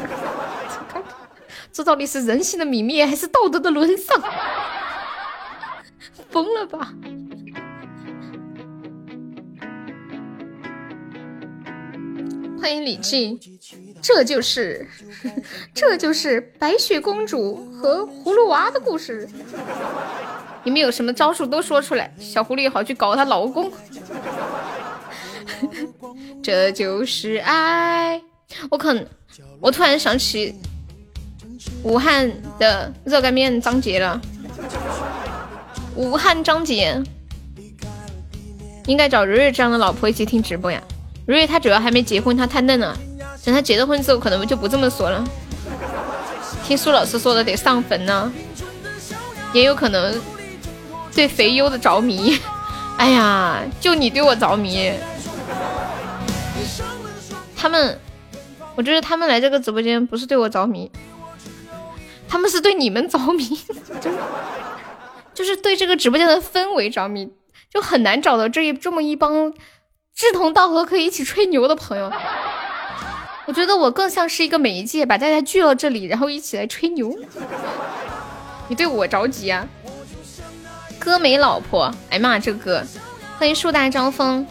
这到底是人性的泯灭还是道德的沦丧？疯了吧！欢迎李靖。这就是这就是白雪公主和葫芦娃的故事。你们有什么招数都说出来，小狐狸好去搞她老公。这就是爱。我可能我突然想起武汉的热干面张杰了。武汉张杰应该找瑞瑞这样的老婆一起听直播呀。瑞瑞他主要还没结婚，他太嫩了，等他结了婚之后可能就不这么说了。听苏老师说的得上坟呢，也有可能对肥优的着迷。哎呀，就你对我着迷。他们我觉得他们来这个直播间不是对我着迷，他们是对你们着迷。就, 就是对这个直播间的氛围着迷，就很难找到这一这么一帮志同道合可以一起吹牛的朋友。我觉得我更像是一个媒介，把大家聚到这里，然后一起来吹牛。你对我着急啊？哥没老婆，哎妈，这个歌。欢迎树大招风。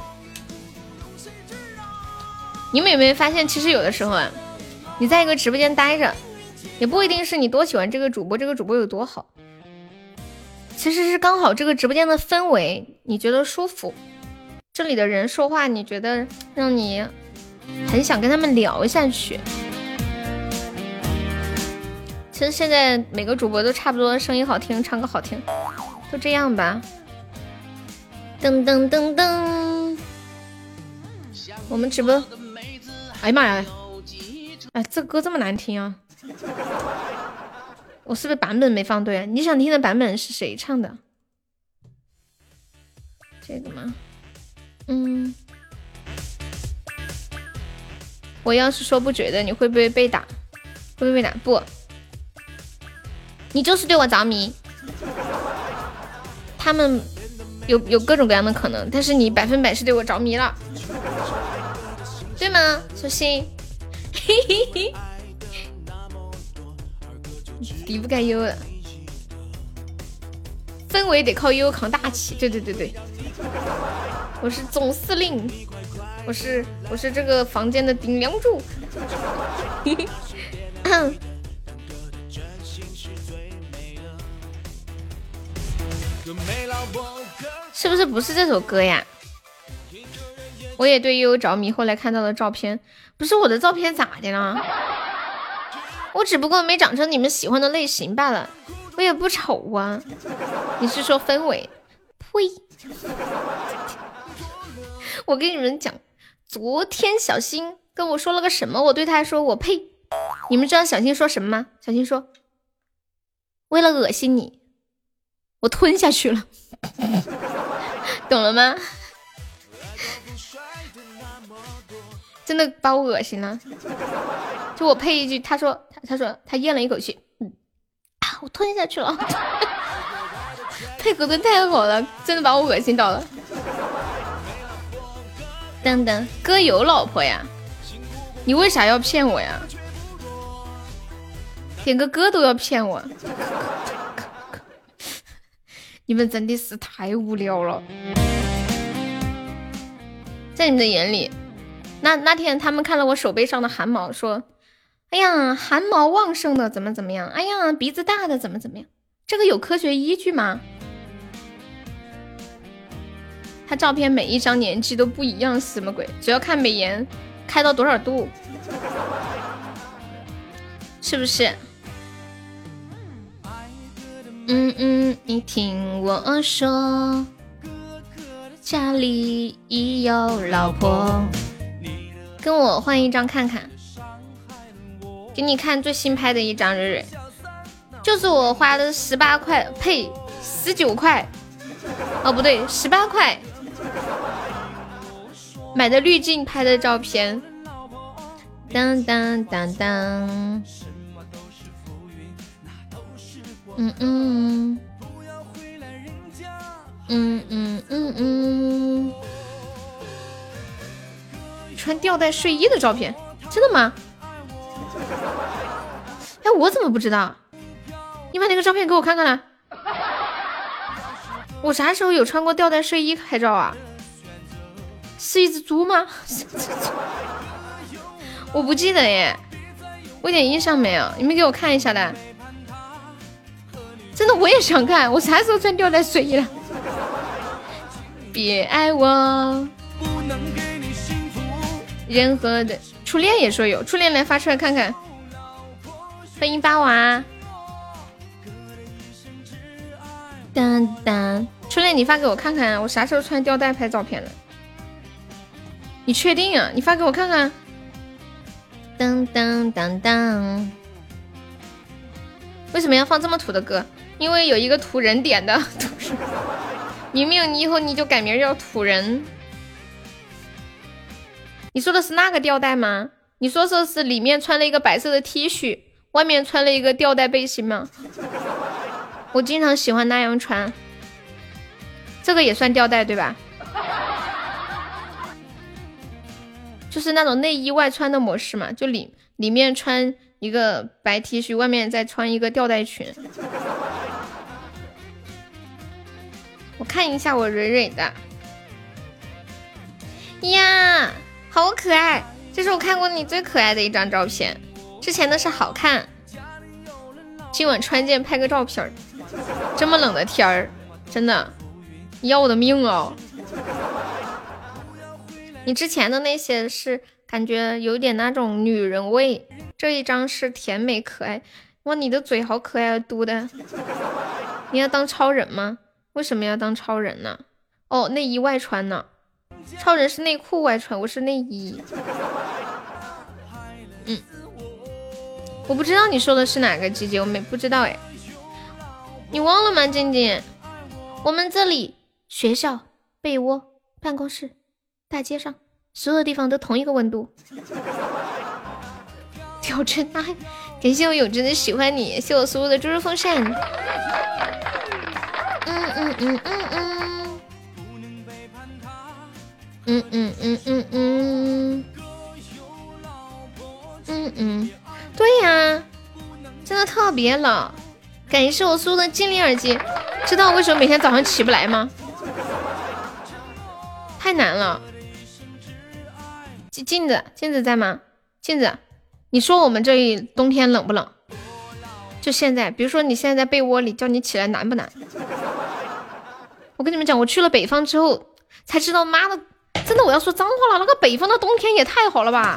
你们有没有发现，其实有的时候啊，你在一个直播间待着，也不一定是你多喜欢这个主播，这个主播有多好， 其实是刚好这个直播间的氛围你觉得舒服，这里的人说话你觉得让你很想跟他们聊下去。其实现在每个主播都差不多，声音好听，唱歌好听，就这样吧。噔噔噔噔，我们直播，哎呀妈呀，哎，这歌这么难听啊！我是不是版本没放对啊？你想听的版本是谁唱的？这个吗？嗯，我要是说不觉得，你会不会被打？会不会被打？不。你就是对我着迷，他们有有各种各样的可能，但是你百分百是对我着迷了，对吗？小新，嘿嘿嘿，离不开优了，氛围得靠优扛大旗，对对对对，我是总司令，我是我是这个房间的顶梁柱。是不是不是这首歌呀？我也对悠悠着迷，后来看到了照片，不是我的照片咋的了？我只不过没长成你们喜欢的类型罢了，我也不丑啊。你是说氛围？呸！我跟你们讲，昨天小新跟我说了个什么，我对他说我呸。你们知道小新说什么吗？小新说，为了恶心你，我吞下去了。懂了吗？真的把我恶心了。就我配一句，他说他他说他咽了一口气，嗯啊，我吞下去了。配合的太好了，真的把我恶心到了。等等，哥有老婆呀？你为啥要骗我呀？点个歌都要骗我，你们真的是太无聊了。在你们的眼里，那那天他们看了我手背上的汗毛，说：“哎呀，汗毛旺盛的怎么怎么样？哎呀，鼻子大的怎么怎么样？这个有科学依据吗？”他照片每一张年纪都不一样，什么鬼？只要看美颜开到多少度，是不是？嗯嗯，你听我说，家里已有老婆，跟我换一张看看，给你看最新拍的一张，蕊蕊，就是我花的十八块，呸，十九块，哦不对，十八块买的滤镜拍的照片，当当当当。嗯嗯嗯嗯嗯嗯，穿吊带睡衣的照片，真的吗？哎，我怎么不知道？你把那个照片给我看看来。我啥时候有穿过吊带睡衣拍照啊？是一只猪吗？我不记得耶，我一点印象没有，你们给我看一下的。真的我也想看，我啥时候穿吊带睡衣了？别爱我，任何的初恋也说有，初恋来发出来看看。欢迎八娃，当当，初恋你发给我看看，我啥时候穿吊带拍照片了？你确定啊？你发给我看看。当当当当，为什么要放这么土的歌？因为有一个土人点的，明明你以后你就改名叫土人。你说的是那个吊带吗？你说的是里面穿了一个白色的 T 恤，外面穿了一个吊带背心吗？我经常喜欢那样穿，这个也算吊带对吧？就是那种内衣外穿的模式嘛，就里里面穿一个白 T 恤，外面再穿一个吊带裙。我看一下我蕊蕊的呀，好可爱！这是我看过你最可爱的一张照片，之前的是好看， 今晚穿件拍个照片儿。这么冷的天儿，真的要我的命哦！你之前的那些是感觉有点那种女人味，这一张是甜美可爱。哇，你的嘴好可爱啊，嘟的！你要当超人吗？为什么要当超人呢？哦，内衣外穿呢。超人是内裤外穿，我是内衣。嗯，我不知道你说的是哪个季节，我没不知道哎。你忘了吗，静静？我们这里学校、被窝、办公室、大街上，所有地方都同一个温度。挑战爱，感谢我永真的喜欢你，谢我所有的猪肉风扇。嗯嗯嗯嗯嗯。嗯嗯嗯嗯嗯嗯嗯，对呀，真的特别冷。感谢我苏的精灵耳机，知道为什么每天早上起不来吗？太难了。镜子，镜子在吗？镜子，你说我们这里冬天冷不冷？就现在，比如说你现在在被窝里，叫你起来难不难？我跟你们讲，我去了北方之后才知道，妈的！真的，我要说脏话了，那个北方的冬天也太好了吧！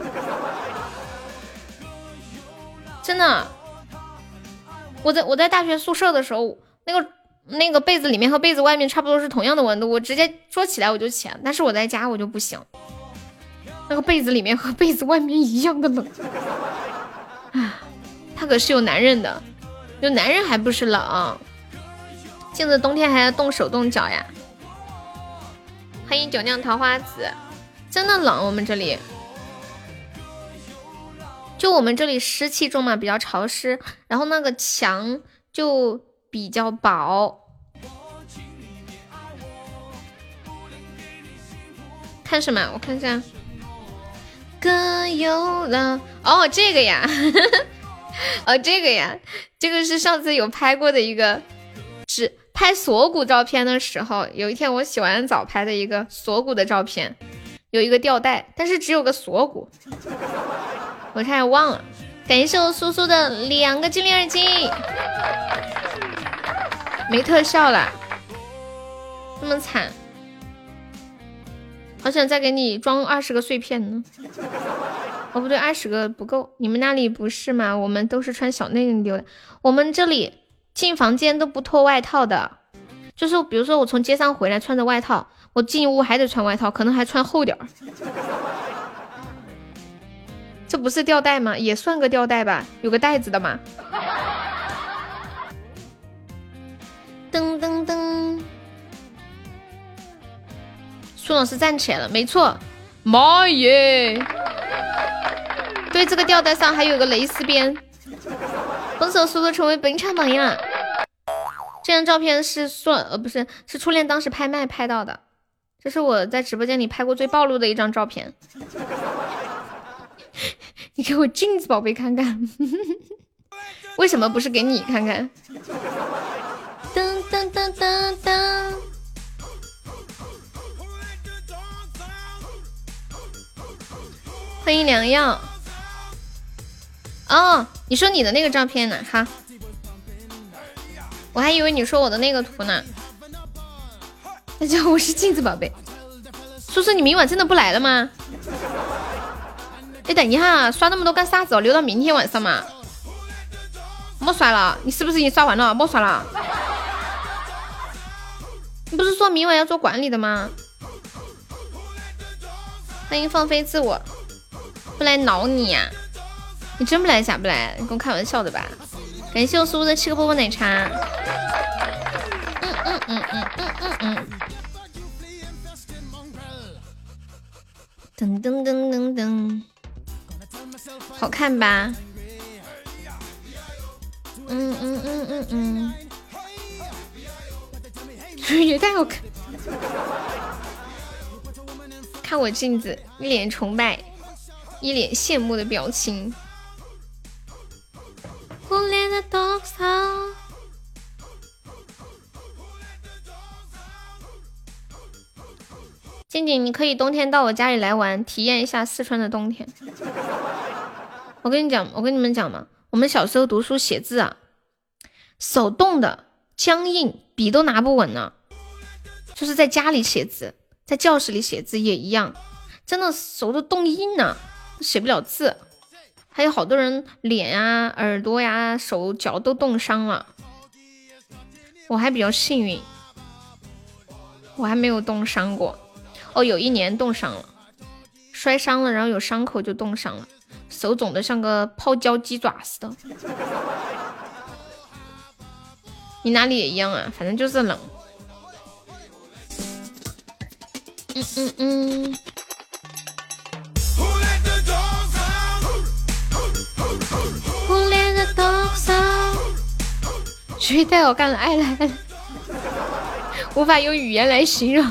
真的，我在我在大学宿舍的时候，那个那个被子里面和被子外面差不多是同样的温度，我直接说起来我就起来，但是我在家我就不行，那个被子里面和被子外面一样的冷。啊，他可是有男人的，有男人还不是冷？镜子冬天还要动手动脚呀！欢迎酒酿桃花籽，真的冷，我们这里就我们这里湿气重嘛，比较潮湿，然后那个墙就比较薄。看什么？我看一下。歌有了，哦，这个呀，哦，这个呀，这个是上次有拍过的一个只。拍锁骨照片的时候，有一天我洗完澡拍的一个锁骨的照片，有一个吊带，但是只有个锁骨，我差点忘了。感谢我苏苏的两个精灵耳机，没特效了，这么惨，好想再给你装二十个碎片呢。哦不对，二十个不够，你们那里不是吗？我们都是穿小内裤的，我们这里。进房间都不脱外套的，就是比如说我从街上回来穿着外套，我进屋还得穿外套，可能还穿厚点儿。这不是吊带吗？也算个吊带吧，有个带子的嘛。噔噔噔，苏老师站起来了，没错，妈耶！对，这个吊带上还有个蕾丝边。恭喜我苏苏成为本场榜样。这张照片是苏呃不是是初恋当时拍卖拍到的，这是我在直播间里拍过最暴露的一张照片。你给我镜子宝贝看看，为什么不是给你看看？噔噔噔噔噔。欢迎良药。哦，你说你的那个照片呢？哈，我还以为你说我的那个图呢。那叫我是镜子宝贝。苏苏，你明晚真的不来了吗？哎，等一下，刷那么多干啥子哦？留到明天晚上嘛。莫刷了，你是不是已经刷完了？莫刷了。你不是说明晚要做管理的吗？欢迎放飞自我，不来挠你呀、啊？你真不来假不来？你跟我开玩笑的吧？感谢我苏苏的七个波波奶茶。嗯嗯嗯嗯嗯嗯嗯。噔噔噔噔噔，好看吧？嗯嗯嗯嗯嗯，也太好看。看我镜子，一脸崇拜，一脸羡慕的表情。忽略的多少？静静，你可以冬天到我家里来玩，体验一下四川的冬天。我跟你讲，我跟你们讲嘛，我们小时候读书写字啊， 手动的僵硬，笔都拿不稳呢。就是在家里写字，在教室里写字也一样，真的手都冻硬了，写不了字。还有好多人脸呀、耳朵呀、手脚都冻伤了，我还比较幸运，我还没有冻伤过。哦，有一年冻伤了，摔伤了，然后有伤口就冻伤了，手肿的像个泡椒鸡爪似的。你哪里也一样啊，反正就是冷。嗯嗯嗯。忽略的多少，谁太好看了，爱来了，无法用语言来形容。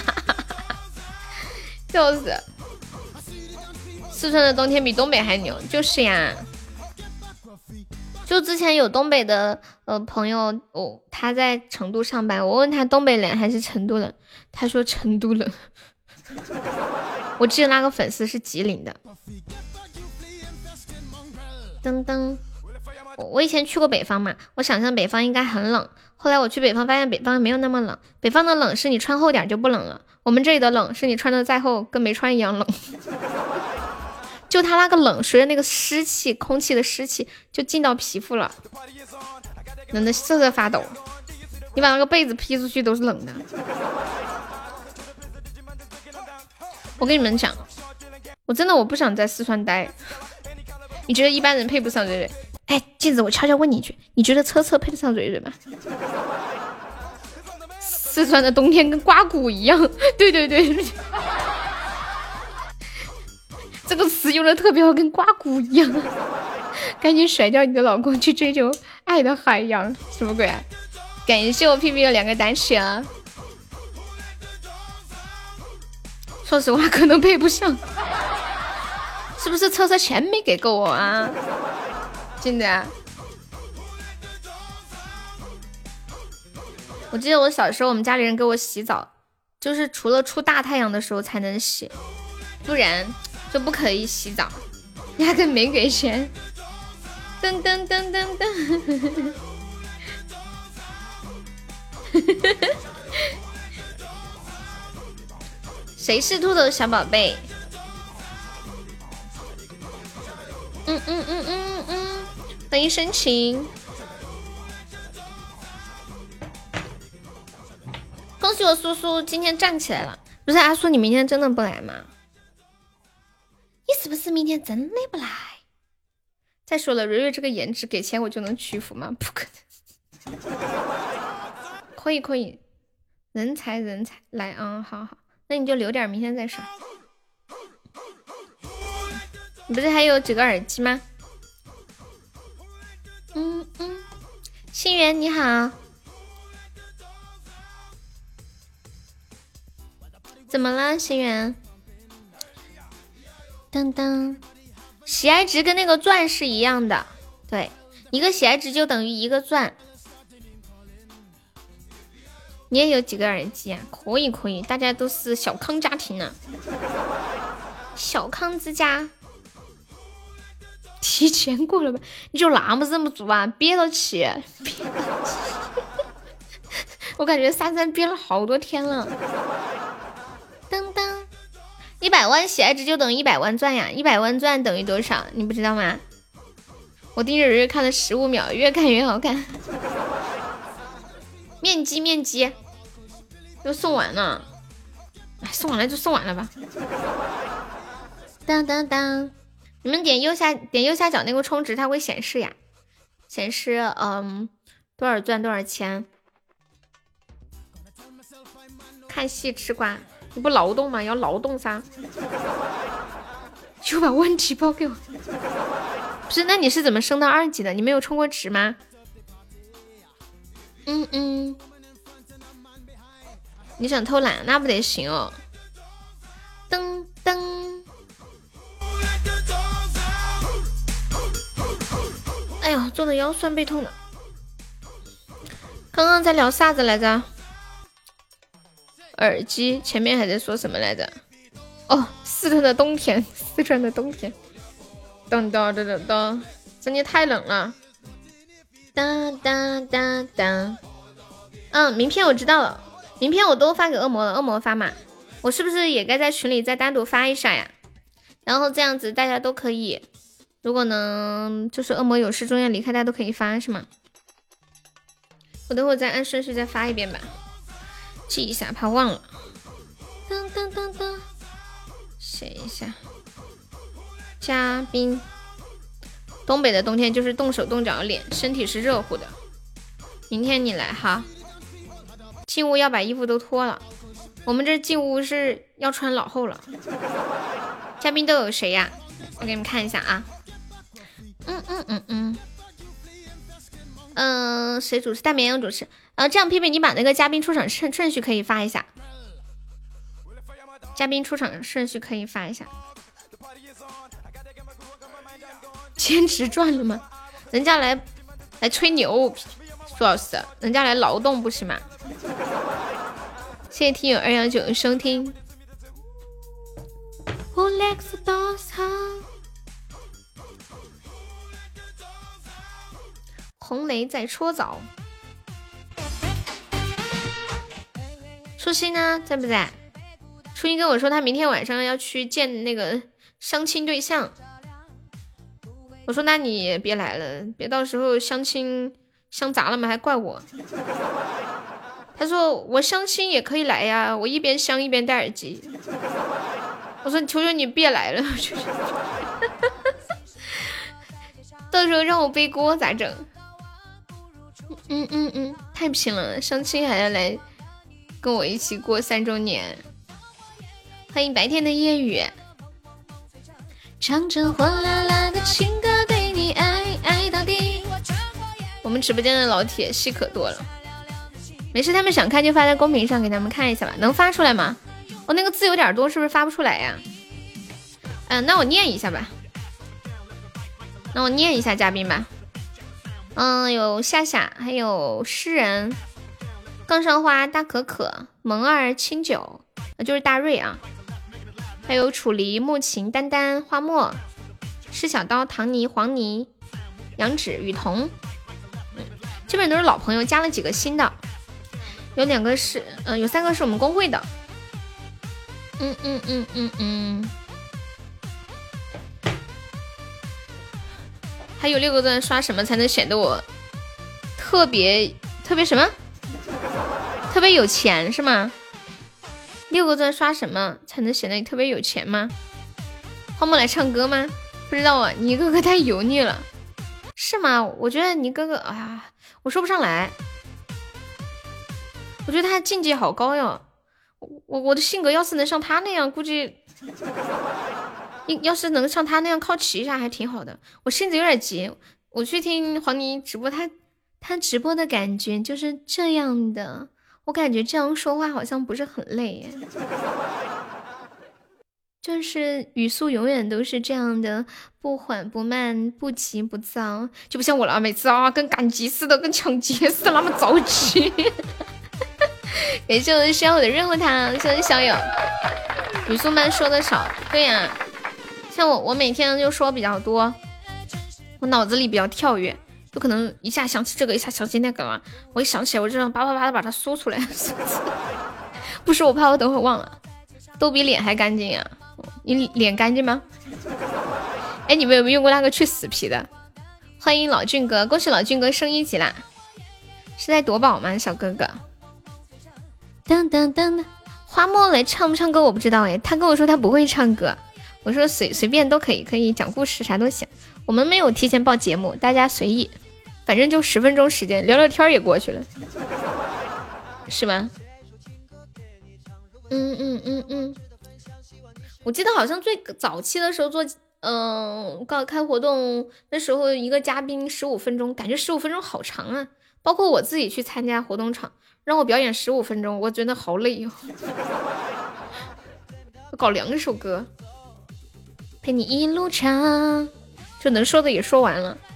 笑死！四川的冬天比东北还牛，就是呀。就之前有东北的呃朋友，哦，他在成都上班，我问他东北冷还是成都冷，他说成都冷。我记得那个粉丝是吉林的。噔噔，我以前去过北方嘛，我想象北方应该很冷，后来我去北方发现北方没有那么冷，北方的冷是你穿厚点就不冷了，我们这里的冷是你穿的再厚跟没穿一样冷。就它那个冷随着那个湿气，空气的湿气就进到皮肤了，冷得瑟瑟发抖，你把那个被子披出去都是冷的。我跟你们讲，我真的我不想在四川待。你觉得一般人配不上蕊蕊？哎，镜子，我悄悄问你一句，你觉得车车配得上蕊蕊吗？四川的冬天跟刮骨一样。对对对，这个词用的特别好，跟刮骨一样。赶紧甩掉你的老公，去追求爱的海洋，什么鬼啊？感谢我屁屁的两个单曲啊！说实话，可能配不上。是不是车车钱没给够我啊？真的啊！我记得我小时候，我们家里人给我洗澡，就是除了出大太阳的时候才能洗，不然就不可以洗澡，压根没给钱。噔噔噔噔噔。谁是兔的小宝贝？嗯嗯嗯嗯嗯，欢迎深情，恭喜我苏苏今天站起来了。不是阿苏，你明天真的不来吗？你是不是明天真的不来？再说了，蕊蕊这个颜值，给钱我就能屈服吗？不可能。可以可以，人才人才来啊、嗯！好好，那你就留点，明天再说。你不是还有几个耳机吗？嗯嗯，心源你好，怎么了，心源？当当，喜爱值跟那个钻是一样的，对，一个喜爱值就等于一个钻。你也有几个耳机啊？可以可以，大家都是小康家庭呢、啊，小康之家。提前过了吧？你就那么忍不住啊？憋了气，憋了气。我感觉珊珊憋了好多天了。噔噔，一百万喜爱值就等于一百万钻呀！一百万钻等于多少？你不知道吗？我盯着蕊蕊看了十五秒，越看越好看。面基面基，都送完了，哎，送完了就送完了吧。当当当。你们点右下点右下角那个充值，它会显示呀，显示嗯多少钻多少钱。看戏吃瓜，你不劳动吗？要劳动噻。就把问题抛给我。不是，那你是怎么升到二级的？你没有充过值吗？嗯嗯。你想偷懒，那不得行哦。噔噔。哎呦，坐的腰酸背痛的。刚刚在聊啥子来着？耳机前面还在说什么来着？哦，四川的冬天，四川的冬天，噔噔噔噔噔，真的太冷了。 哒哒哒哒。嗯，名片我知道了，名片我都发给恶魔了，恶魔发嘛，我是不是也该在群里再单独发一下呀？然后这样子大家都可以，如果呢就是恶魔有事中间离开，大家都可以发是吗？我等会再按顺序再发一遍吧，记一下，怕忘了。当当当当，写一下。嘉宾，东北的冬天就是冻手冻脚的脸，身体是热乎的。明天你来哈。进屋要把衣服都脱了，我们这进屋是要穿老厚了。嘉宾都有谁呀？我给你们看一下啊。嗯嗯嗯嗯。嗯、呃，谁主持？大绵羊主持。呃，这样皮皮你把那个嘉宾出场顺顺序可以发一下。嘉宾出场顺序可以发一下。兼职赚了吗？人家来来吹牛，苏老师，人家来劳动不是吗？谢谢听友二幺九的收听。红雷在搓澡。初心呢？在不在？初心跟我说他明天晚上要去见那个相亲对象。我说那你别来了，别到时候相亲相砸了嘛，还怪我。他说我相亲也可以来呀，我一边相一边戴耳机。我说求求你别来了，到时候让我背锅咋整？嗯嗯嗯，太拼了，相亲还要来跟我一起过三周年。欢迎白天的夜雨，唱着火辣辣的情歌对你爱爱到底。我们直播间的老铁戏可多了，没事，他们想看就发在公屏上给他们看一下吧。能发出来吗？我、哦、那个字有点多，是不是发不出来呀？嗯、呃，那我念一下吧。那我念一下嘉宾吧。嗯，有夏夏，还有诗人、杠上花、大可可、萌儿、清酒，那就是大瑞啊。还有楚离、木琴、丹丹、花墨、施小刀、唐尼、黄泥、杨芷、雨桐，嗯，基本都是老朋友，加了几个新的，有两个是，嗯、呃，有三个是我们公会的。嗯嗯嗯嗯嗯，还有六个钻刷什么才能显得我特别特别什么？特别有钱是吗？六个钻刷什么才能显得你特别有钱吗？花木来唱歌吗？不知道啊，你哥哥太油腻了，是吗？我觉得你哥哥，哎呀，我说不上来，我觉得他境界好高哟。我我的性格要是能像他那样，估计要是能像他那样靠骑一下还挺好的。我性子有点急，我去听黄泥直播，他他直播的感觉就是这样的，我感觉这样说话好像不是很累耶，就是语速永远都是这样的，不缓不慢，不急不躁，就不像我了，每次啊跟赶集似的，跟抢劫似的那么着急。感谢我的小友的任务糖，谢谢小友。语速慢说的少，对呀、啊，像我我每天就说比较多，我脑子里比较跳跃，有可能一下想起这个，一下想起那个嘛。我一想起来，我就让叭叭叭的把它说出来。不是我怕我等会忘了，都比脸还干净呀、啊！你脸干净吗？哎，你们有没有用过那个去死皮的？欢迎老俊哥，恭喜老俊哥升一级啦！是在夺宝吗，小哥哥？噔噔噔噔，花墨来唱不唱歌我不知道哎，他跟我说他不会唱歌，我说随随便都可以，可以讲故事啥都行。我们没有提前报节目，大家随意，反正就十分钟时间，聊聊天也过去了，是吧？嗯嗯嗯嗯，我记得好像最早期的时候做，嗯、呃，刚开活动那时候一个嘉宾十五分钟，感觉十五分钟好长啊，包括我自己去参加活动场。让我表演十五分钟，我真的好累哟、哦！我搞两首歌，陪你一路唱，就能说的也说完了。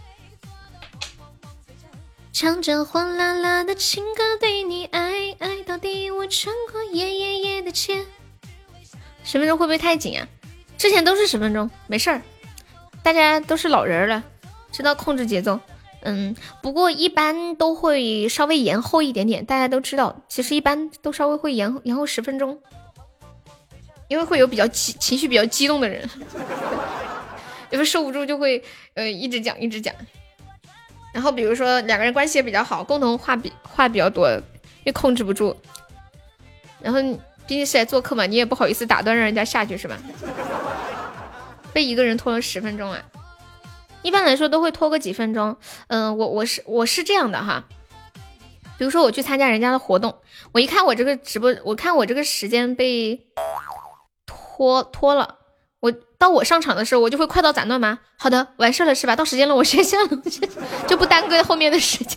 唱着火辣辣的情歌，对你爱爱到底，我穿过夜夜夜的街。十分钟会不会太紧啊？之前都是十分钟，没事儿，大家都是老人了，知道控制节奏。 嗯，不过一般都会稍微延后一点点，大家都知道，其实一般都稍微会延后延后十分钟，因为会有比较激情绪比较激动的人，有的受不住就会呃一直讲一直讲。然后比如说两个人关系也比较好，共同话比话比较多，又控制不住。然后毕竟是来做客嘛，你也不好意思打断让人家下去是吧？被一个人拖了十分钟啊！一般来说都会拖个几分钟。嗯、呃，我我是我是这样的哈。比如说我去参加人家的活动，我一看我这个直播，我看我这个时间被拖拖了，我到我上场的时候，我就会快刀斩乱麻。好的，完事了是吧？到时间了，我先下了，就不耽搁后面的时间。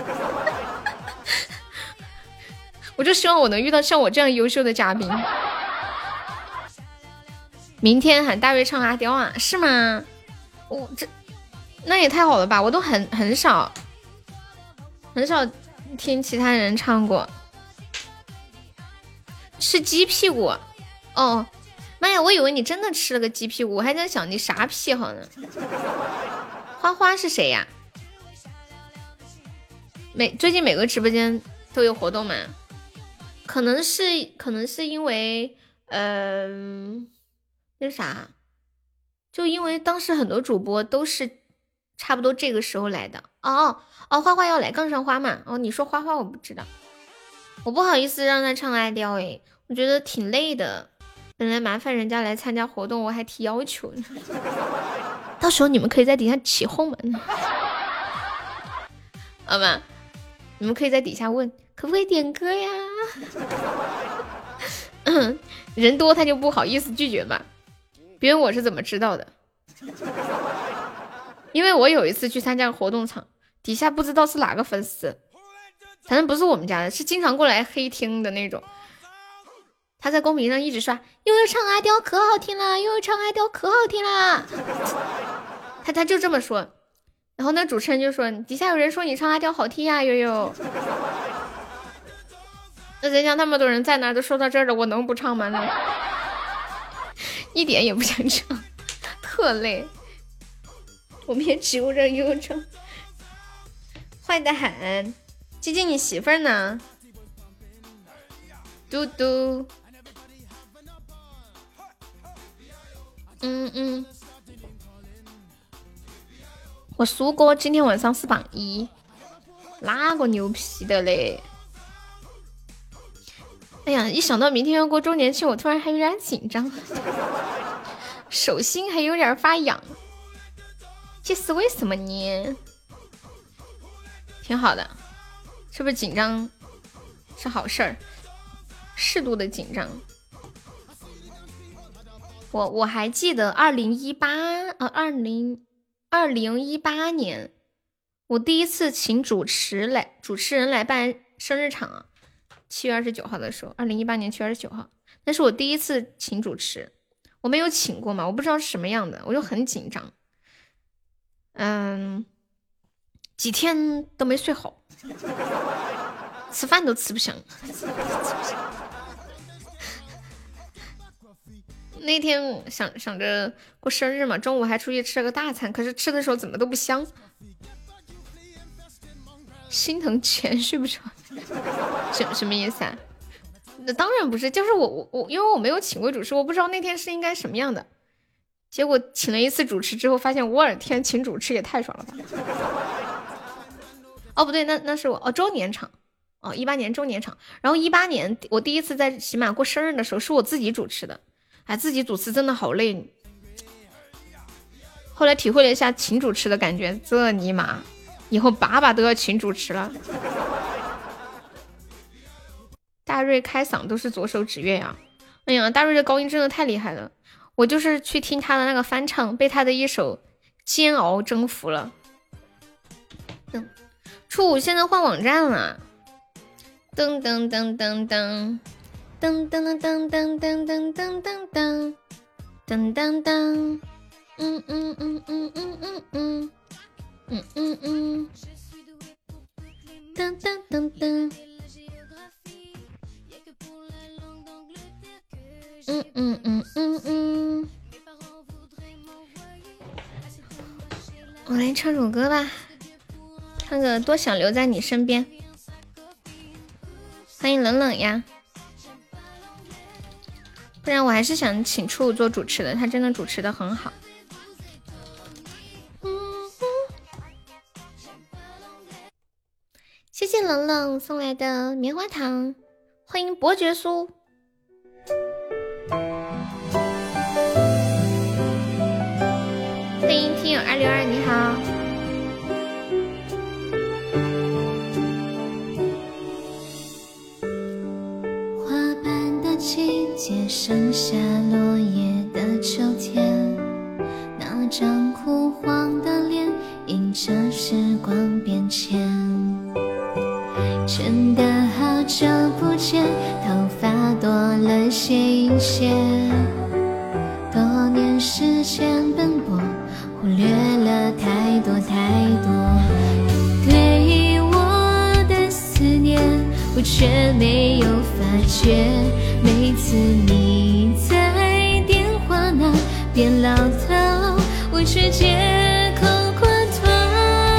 我就希望我能遇到像我这样优秀的嘉宾。明天喊大瑞唱阿刁啊？是吗？我这那也太好了吧！我都很很少很少听其他人唱过。吃鸡屁股？哦，妈呀！我以为你真的吃了个鸡屁股，我还在想你啥癖好呢？花花是谁呀？每最近每个直播间都有活动嘛？可能是可能是因为嗯。呃那啥，就因为当时很多主播都是差不多这个时候来的。哦哦，花花要来杠上花嘛？哦，你说花花我不知道，我不好意思让他唱阿刁诶，我觉得挺累的。本来麻烦人家来参加活动，我还提要求呢。到时候你们可以在底下起哄门，好吗？你们可以在底下问可不可以点歌呀？嗯，人多他就不好意思拒绝吧。别人我是怎么知道的？因为我有一次去参加活动场，底下不知道是哪个粉丝，反正不是我们家的，是经常过来黑听的那种。他在公屏上一直刷，悠悠唱阿刁可好听了，悠悠唱阿刁可好听了。他他就这么说，然后那主持人就说底下有人说你唱阿刁好听呀，悠悠。那人家那么多人在那儿都说到这儿了，我能不唱吗？那一点也不想唱，特累。我们也只顾着悠悠唱，坏的很。鸡鸡，你媳妇儿呢？嘟嘟。嗯嗯。我苏哥今天晚上是榜一，哪个牛皮的嘞？哎呀，一想到明天要过周年庆，我突然还有点紧张，手心还有点发痒，这是为什么呢？挺好的，是不是紧张是好事儿？适度的紧张。我我还记得二零一八呃二零二零一八年，我第一次请主持来主持人来办生日场啊。七月二十九号的时候，二零一八年七月二十九号，那是我第一次请主持，我没有请过嘛，我不知道是什么样的，我就很紧张，嗯，几天都没睡好，吃饭都吃不香。那天想想着过生日嘛，中午还出去吃了个大餐，可是吃的时候怎么都不香，心疼钱睡不着。什什么意思啊？那当然不是，就是我我我，因为我没有请过主持，我不知道那天是应该什么样的。结果请了一次主持之后，发现我耳天，请主持也太爽了吧！哦，不对，那那是我哦周年场哦，一八年周年场。然后一八年我第一次在喜马过生日的时候，是我自己主持的，哎，自己主持真的好累。后来体会了一下请主持的感觉，这尼玛，以后把把都要请主持了。大瑞开嗓都是左手指月呀！哎呀，大瑞的高音真的太厉害了，我就是去听他的那个翻唱，被他的一首《煎熬》征服了。嗯，初五现在换网站了，噔噔噔噔噔噔噔噔噔噔噔噔噔噔噔噔噔，嗯嗯嗯嗯嗯嗯嗯嗯嗯嗯，噔噔噔噔。嗯嗯嗯嗯嗯，我来唱首歌吧。 唱个多想留在你身边。欢迎冷冷呀，不然我还是想请初五做主持的，他真的主持的很好。谢谢冷冷送来的棉花糖，欢迎伯爵酥。欢迎听友二六二，你好。花瓣的季节，盛夏落叶的秋天，那张枯黄的脸，映着时光变迁。真的好久不见，头发多了些银屑，多年时间奔波，忽略了太多太多。对我的思念，我却没有发觉。每次你在电话那边唠叨，我却借口挂断。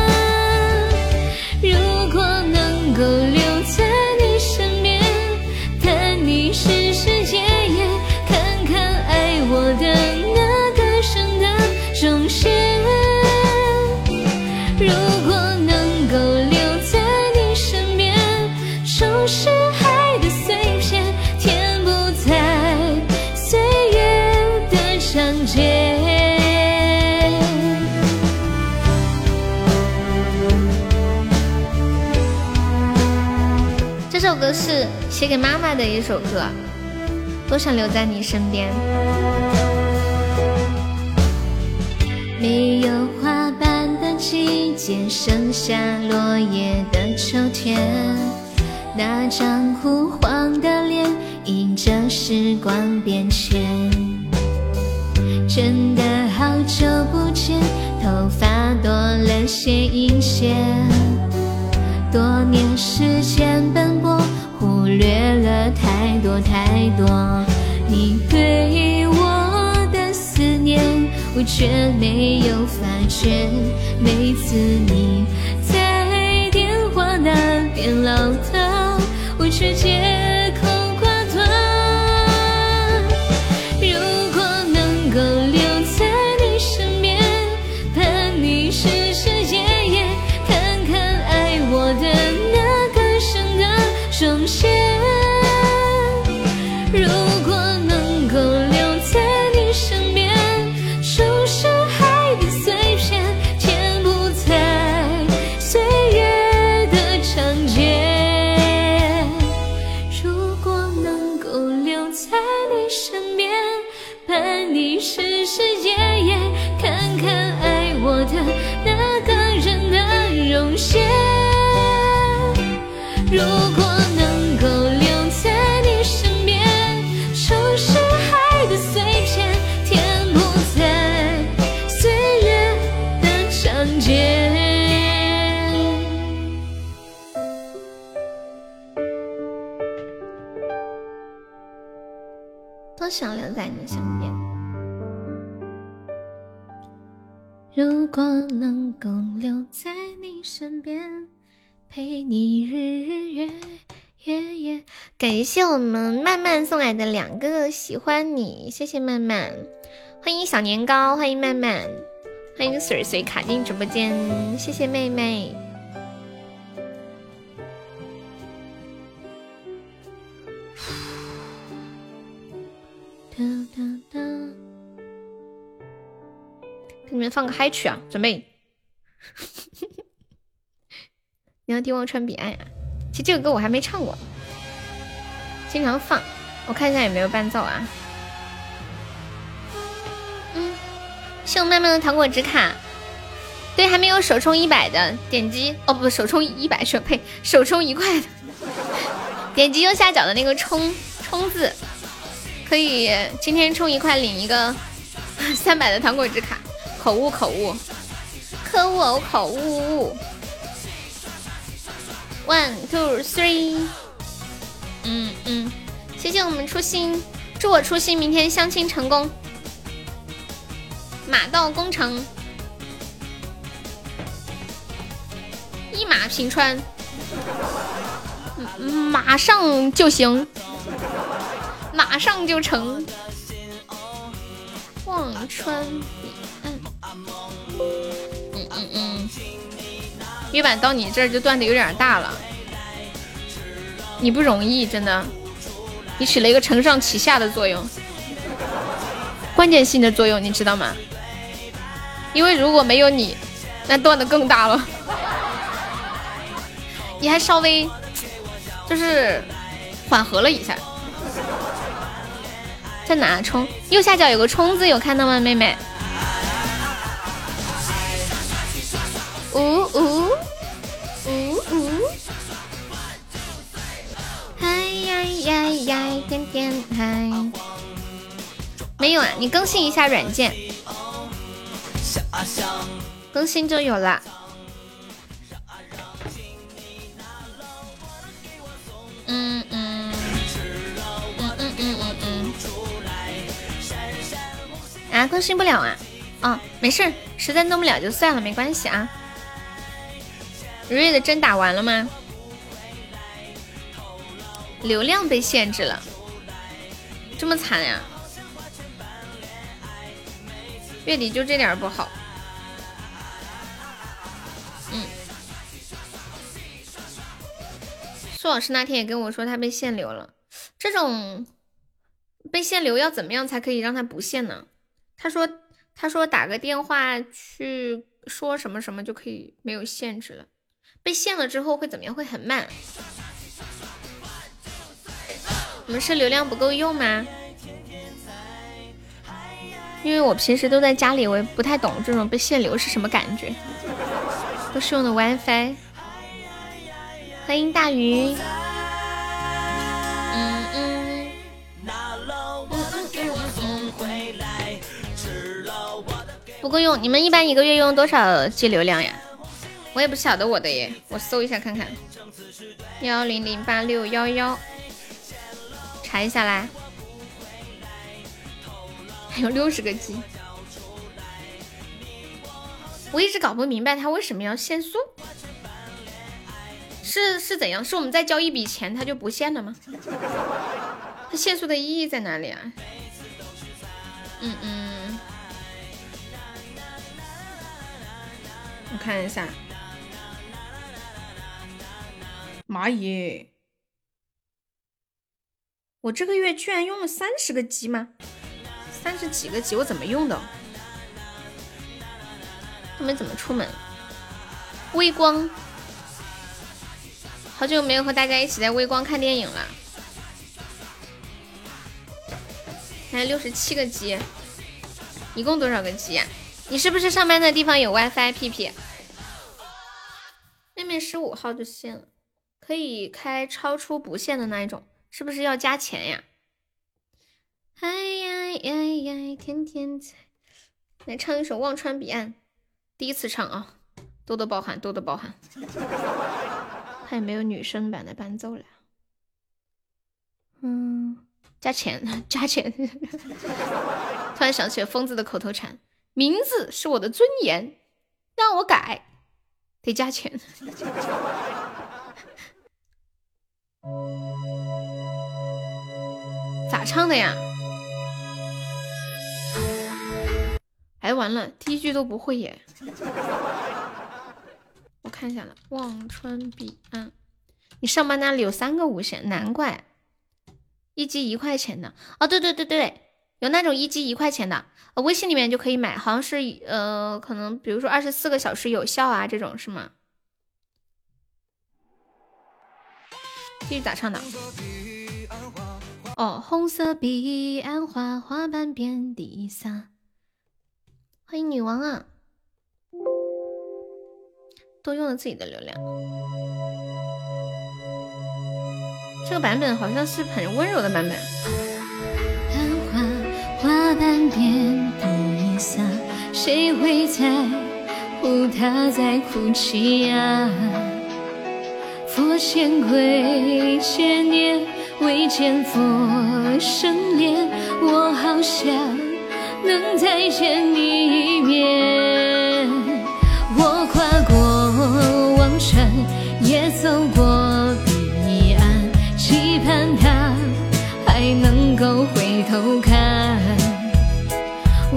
如果能够留在你身边，陪你世世夜夜，看看爱我的那个人的容颜。如果能够留在你身边，收拾爱的碎片，填补在岁月的长街。这首歌是写给妈妈的一首歌，多想留在你身边。没有花瓣的季节，盛夏落叶的秋天，那张枯黄的脸，映着时光变迁。真的好久不见，头发多了些银屑，多年时间奔波，忽略了太多太多。你对我的思念，我却没有发觉。每次你在电话那边唠叨，我却借口挂断。如果能够留在你身边，陪你世世夜夜，看看爱我的那个人的容颜。如果能够留在你身边，收拾爱的碎片，填补在岁月的长街。如果能够留在你身边，陪你世世夜夜，看看爱我的那个人的容颜。如果能够留在你身边，收拾爱的碎片，填补在岁月的长街。多想留在你身边。如果能够留在你身边，陪你日日月夜夜。感谢我们曼曼送来的两个喜欢你，谢谢曼曼。欢迎小年糕，欢迎曼曼，欢迎水水卡进直播间，谢谢妹妹。哒哒哒，给你们放个嗨曲啊，准备。你要听忘川彼岸啊？其实这个歌我还没唱过，经常放，我看一下有没有伴奏啊。嗯，谢我慢慢的糖果纸卡，对，还没有首充一百的，点击哦不，首充一百是呸，首充一块的，点击右下角的那个充充字，可以今天充一块领一个三百的糖果纸卡。口误口误，可恶口误。One two three， 嗯嗯，谢谢我们初心，祝我初心明天相亲成功，马到功成。 一马平川，马上就行，马上就成。忘川彼岸，嗯嗯嗯，月板到你这儿就断的有点大了，你不容易，真的，你起了一个承上启下的作用，关键性的作用，你知道吗？因为如果没有你，那断的更大了。你还稍微就是缓和了一下。在哪冲？右下角有个冲字，有看到吗，妹妹？呜呜呜呜！嗨呀呀呀，天天嗨！没有啊，你更新一下软件，更新就有了。嗯嗯嗯嗯嗯嗯嗯。啊，更新不了啊！哦，没事，实在弄不了就算了，没关系啊。瑞瑞的针打完了吗？流量被限制了，这么惨呀！月底就这点不好。嗯，苏老师那天也跟我说他被限流了，这种被限流要怎么样才可以让他不限呢？他说他说打个电话去说什么什么就可以没有限制了，被限了之后会怎么样？会很慢。你们是流量不够用吗？因为我平时都在家里，我也不太懂这种被限流是什么感觉，都是用的 WiFi。欢迎大鱼。嗯嗯不够用，你们一般一个月用多少 G 流量呀？我也不晓得我的耶，我搜一下看看。幺零零八六幺幺，查一下来。还有六十个 G， 我一直搞不明白他为什么要限速，是是怎样？是我们再交一笔钱他就不限了吗？他限速的意义在哪里啊？嗯嗯，我看一下。妈耶！我这个月居然用了三十个 G 吗？三十几个 G， 我怎么用的？都没怎么出门。微光，好久没有和大家一起在微光看电影了。还有六十七个 G， 一共多少个 G 呀、啊？你是不是上班的地方有 WiFi？ 屁屁，妹妹十五号就限了，可以开超出不限的那一种，是不是要加钱呀？哎呀呀呀，天天在。来唱一首《忘川彼岸》，第一次唱啊，多多包涵，多多包涵。看有没有女生版的伴奏了。嗯，加钱，加钱。突然想起了疯子的口头禅：名字是我的尊严，让我改，得加钱。咋唱的呀？哎，完了，第一句都不会耶。我看一下了，忘川彼岸。你上班那里有三个无限，难怪。一 G 一块钱的哦，对对对对，有那种一 G 一块钱的，呃，微信里面就可以买，好像是呃，可能比如说二十四个小时有效啊，这种是吗？这是咋唱的？哦，红色彼岸花，花瓣遍地撒。欢迎女王啊！都用了自己的流量。这个版本好像是很温柔的版本。花花瓣遍地撒，谁会在乎他在哭泣呀？佛前跪千年，未见佛生脸，我好想能再见你一面。我跨过忘川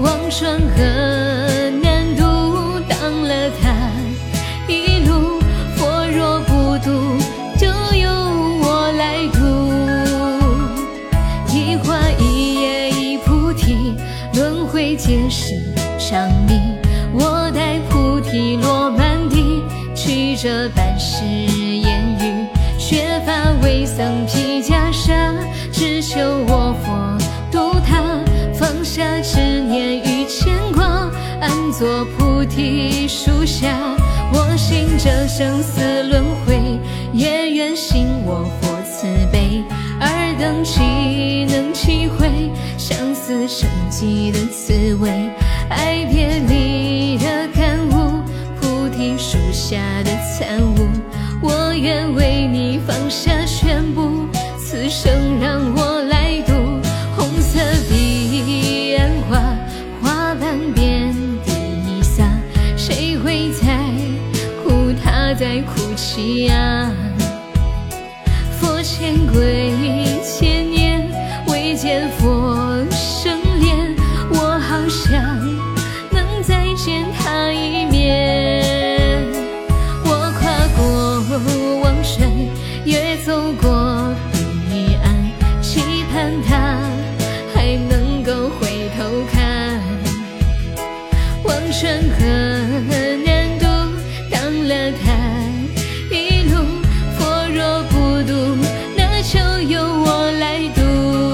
忘川河南渡，当了他一路，佛若不渡，就由我来渡。一花一叶一菩提，轮回皆是长谜。我待菩提落满地，曲折半世言语。削发为僧披袈裟，只求我佛度他。放下执念与牵挂，安坐菩提树下。我信这生死轮回，也愿信我佛慈悲。尔等岂能体会相思成疾的滋味？爱别离的感悟，菩提树下的参悟。我愿为你放下全部，此生让我来渡。红色彼岸花，花瓣遍地撒，谁会在乎他在哭泣啊？佛前归千年，未见佛生脸，我好想能再见他一面。我跨过忘川，也走过彼岸，期盼他还能够回头看。忘川河南渡，当了他一路，佛若不渡，那就由我来渡。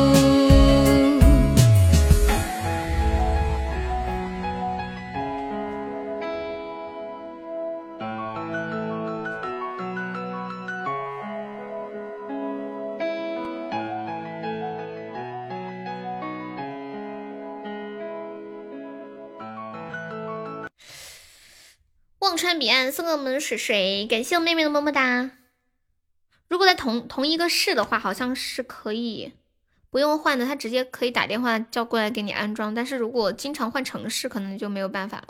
忘川彼岸送给我们水水，感谢我妹妹的么么哒。如果在同同一个市的话，好像是可以不用换的，他直接可以打电话叫过来给你安装。但是如果经常换城市，可能就没有办法了。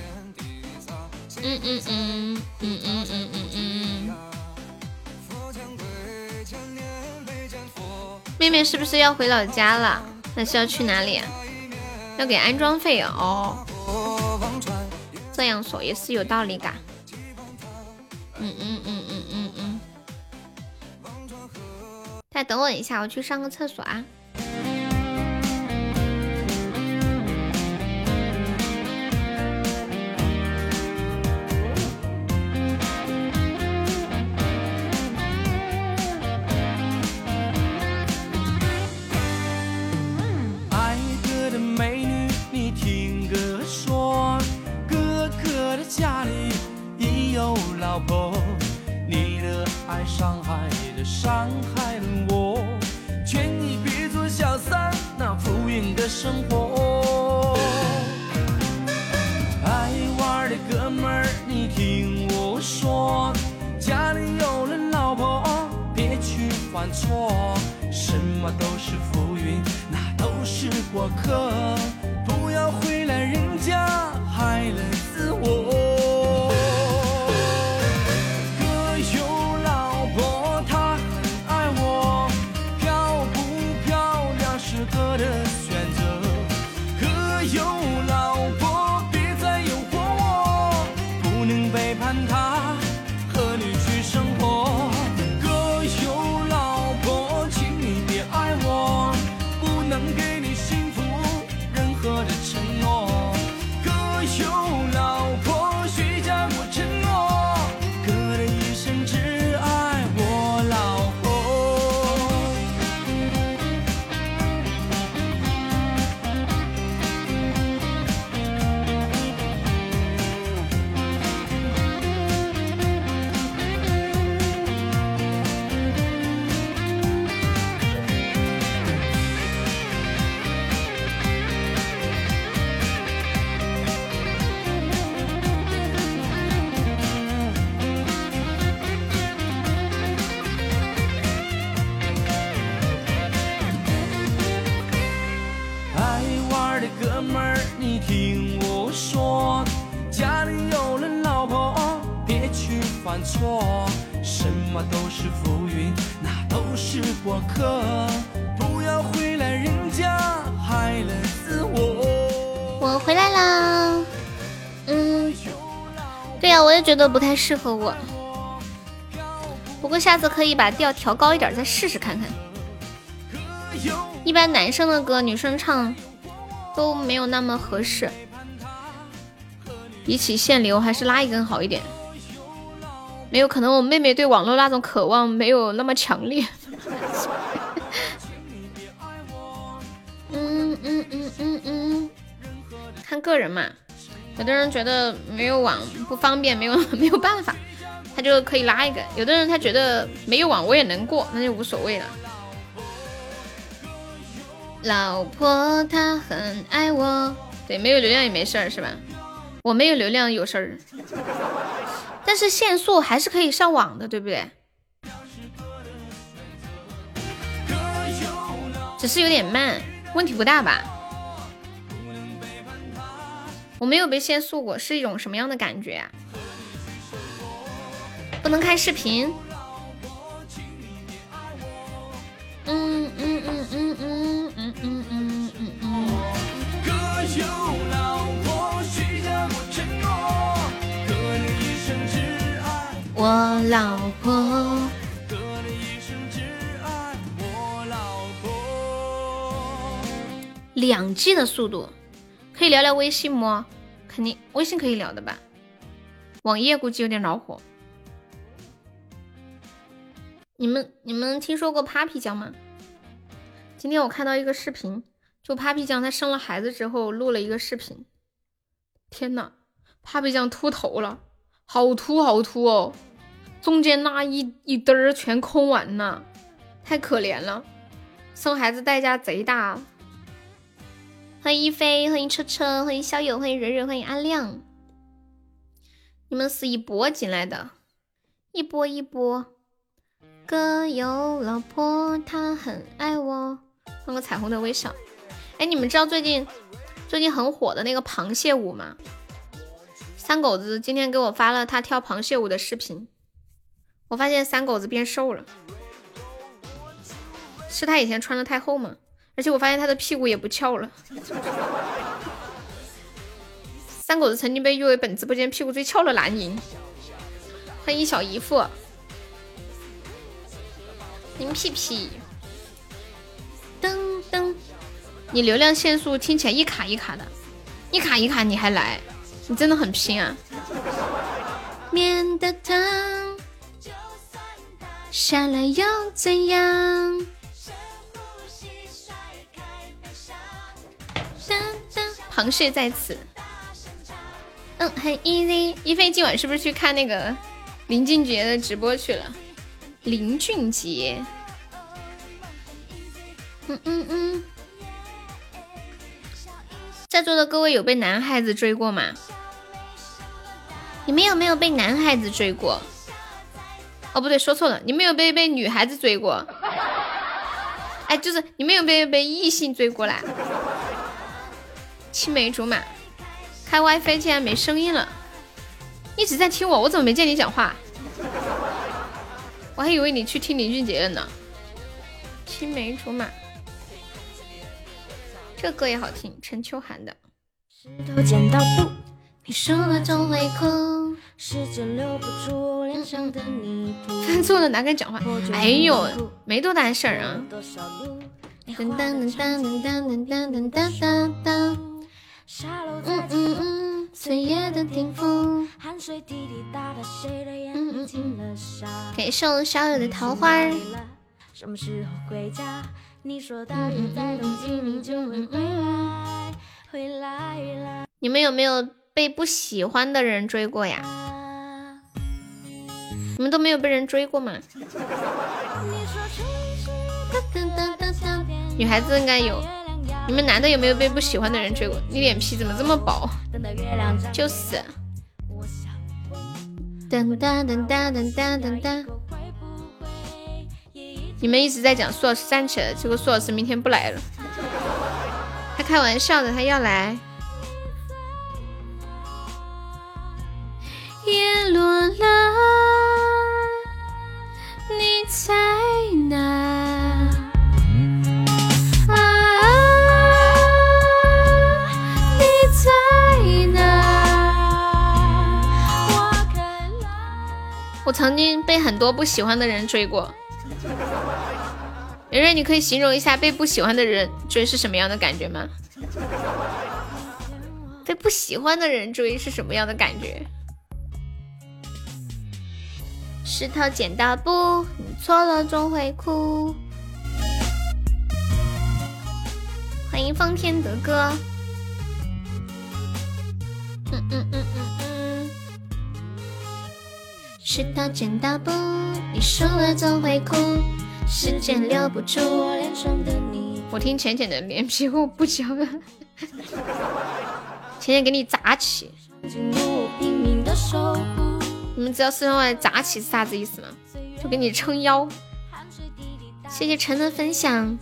嗯嗯嗯嗯嗯嗯嗯嗯。妹妹是不是要回老家了？那是要去哪里啊？要给安装费哦。这样说也是有道理的。嗯嗯嗯嗯嗯嗯。大家等我一下，我去上个厕所啊。 爱歌的美女，你听歌说，哥哥的家里已有老婆，你的爱伤害的伤害了我，劝你别做小三，那浮云的生活。爱玩的哥们儿，你听我说，家里有了老婆，别去犯错，什么都是浮云，那都是过客，不要回来人家害了自我。哥们儿，你听我说，家里有了老婆，别去犯错，什么都是浮云，那都是过客，不要回来人家害了自我。 也觉得不太适合我，不过下次可以把调调高一点再试试看看。一般男生的歌女生唱都没有那么合适，比起限流还是拉一根好一点。没有可能我妹妹对网络那种渴望没有那么强烈。嗯嗯嗯嗯嗯，看个人嘛，有的人觉得没有网不方便，没有没有办法，他就可以拉一个；有的人他觉得没有网我也能过，那就无所谓了。老婆她很爱我，对，没有流量也没事儿是吧？我没有流量有事儿，但是限速还是可以上网的，对不对？只是有点慢，问题不大吧？我没有被限速过，是一种什么样的感觉啊？不能开视频。嗯嗯嗯嗯嗯嗯嗯嗯嗯嗯。我老婆。两 G 的速度，可以聊聊微信吗？肯定微信可以聊的吧？网页估计有点恼火。你们你们听说过 Papi 酱吗？今天我看到一个视频，就 Papi 酱她生了孩子之后录了一个视频。天哪 ，Papi 酱秃头了，好秃好秃哦，中间那一一堆儿全空完了，太可怜了，生孩子代价贼大。欢迎一飞，欢迎车车，欢迎小友，欢迎蕊蕊，欢迎阿亮。你们是一波进来的，一波一波。哥有老婆，他很爱我。换个彩虹的微笑。哎，你们知道最近最近很火的那个螃蟹舞吗？三狗子今天给我发了他跳螃蟹舞的视频，我发现三狗子变瘦了，是他以前穿的太厚吗？而且我发现他的屁股也不翘了。三狗子曾经被誉为本直播间屁股最翘的男人。欢迎小姨夫，您屁屁。噔噔，你流量限速听起来一卡一卡的，一卡一卡你还来，你真的很拼啊。面的疼，下来又怎样？螃蟹在此。嗯，很 easy。一飞今晚是不是去看那个林俊杰的直播去了？林俊杰，嗯嗯嗯。在座的各位有被男孩子追过吗？你们有没有被男孩子追过？哦，不对，说错了，你们有被被女孩子追过？哎，就是你们有没有被异性追过啦？青梅竹马，开 WiFi 竟然没声音了，一直在听我，我怎么没见你讲话？我还以为你去听林俊杰了呢。青梅竹马，这歌也好听，陈秋涵的。石头剪刀布，你输了总会哭，时间留不住脸上的泥土。犯错了哪敢讲话？哎呦，没多大事儿啊。噔噔噔噔噔噔噔噔噔噔。嗯嗯嗯，岁月的叮嘱。汗水滴滴答答，谁的眼睛了沙。感谢我小友的桃花。什么时候回家？你说大约在冬季你就会回来，回来啦。你们有没有被不喜欢的人追过呀？你们都没有被人追过吗？女孩子应该有。你们男的有没有被不喜欢的人追过？你脸皮怎么这么薄？就是。噔噔噔噔噔噔噔噔。你们一直在讲苏老师站起来，结果苏老师明天不来了。他开玩笑的，他要来。叶落了，你在哪？ 曾经被很多不喜欢的人追过。圆圆，你可以形容一下被不喜欢的人追是什么样的感觉吗？被不喜欢的人追是什么样的感觉？石头剪刀布，你错了总会哭。欢迎方天德哥。嗯嗯嗯嗯嗯。石头剪刀布，你输了总会哭。时间留不住我脸上的你。我听浅浅的脸皮厚不交了。浅浅给你砸起。你们知道四川话砸起是啥子意思吗？就给你撑腰。谢谢陈的分享。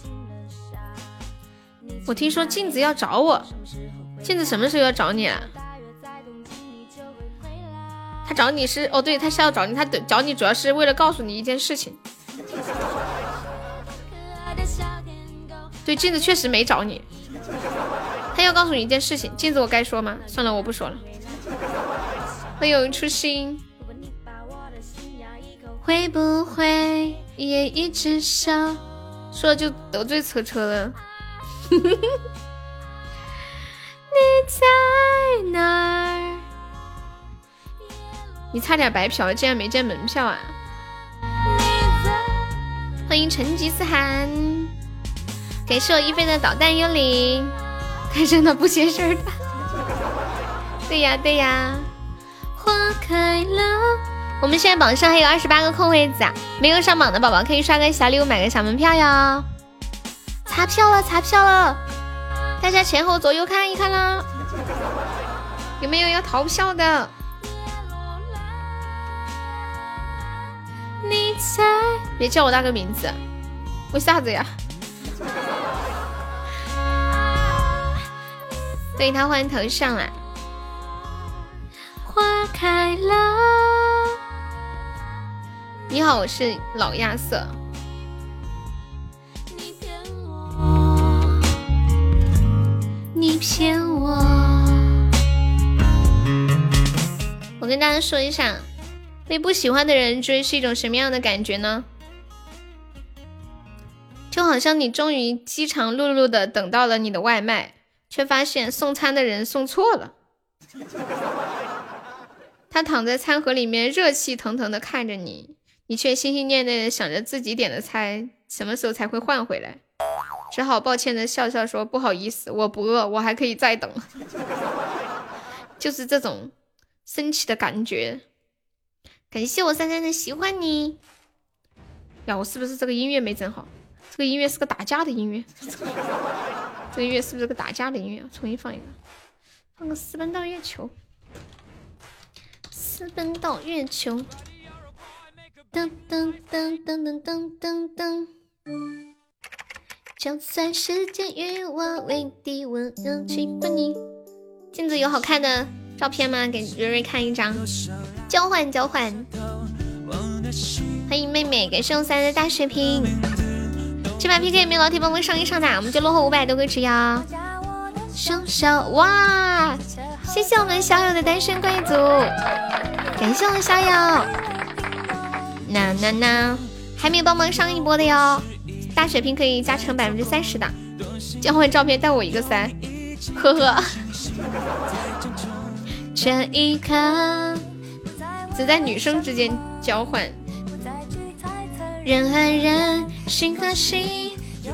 我听说镜子要找我，镜子什么时候要找你啊？他找你是哦，对，他是要找你，他找你主要是为了告诉你一件事情。对，镜子确实没找你，他要告诉你一件事情。镜子，我该说吗？算了，我不说了。我有一出心，会不会也一直笑？说了就得罪车车了。你在哪儿？你差点白嫖，竟然没见门票啊！欢迎成吉思汗，感谢我一菲的导弹幽灵，他真的不嫌事儿大。对呀对呀，花开了。我们现在榜上还有二十八个空位子啊，没有上榜的宝宝可以刷个小礼物，买个小门票哟。查票了，查票了，大家前后左右看一看啦，有没有要逃票的？你在，别叫我那个名字，为啥子呀？对，他换头像了。花开了。你好，我是老亚瑟。你骗我。我跟大家说一下，被不喜欢的人追是一种什么样的感觉呢？就好像你终于饥肠辘辘的等到了你的外卖，却发现送餐的人送错了。他躺在餐盒里面热气腾腾的看着你，你却心心念念的想着自己点的菜什么时候才会换回来，只好抱歉的笑笑说不好意思，我不饿，我还可以再等。就是这种生气的感觉。感谢我珊珊的喜欢你呀，我是不是这个音乐没整好？这个音乐是个打架的音乐。这个音乐是不是个打架的音乐？重新放一个，放个私奔到月球。私奔到月球。噔噔噔噔噔噔噔噔。就算时间与我为敌，我要去把你。镜子有好看的照片吗？给瑞瑞看一张，交换交换。欢迎妹妹，感谢我三的大血瓶。这把 P K 有没有老铁帮忙上一上的？我们就落后五百多个值呀！双手哇！谢谢我们小友的单身贵族，感谢我们小友。那那那，还没有帮忙上一波的哟，大血瓶可以加成百分之三十的。交换照片带我一个三，呵呵。这一刻只在女生之间交换，人和人，心和心，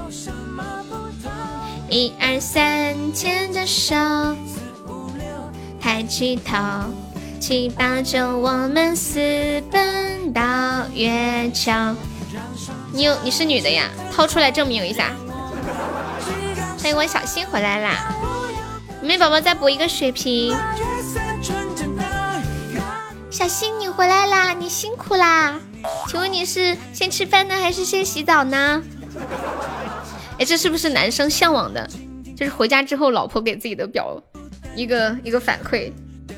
一二三，牵着手，抬起头，七八九，我们私奔到月球。你有你是女的呀？掏出来证明一下。欢迎我小新回来啦！妹宝宝再补一个血瓶。小新你回来啦，你辛苦啦。请问你是先吃饭呢还是先洗澡呢？哎，这是不是男生向往的？就是回家之后老婆给自己的表一个一个反馈。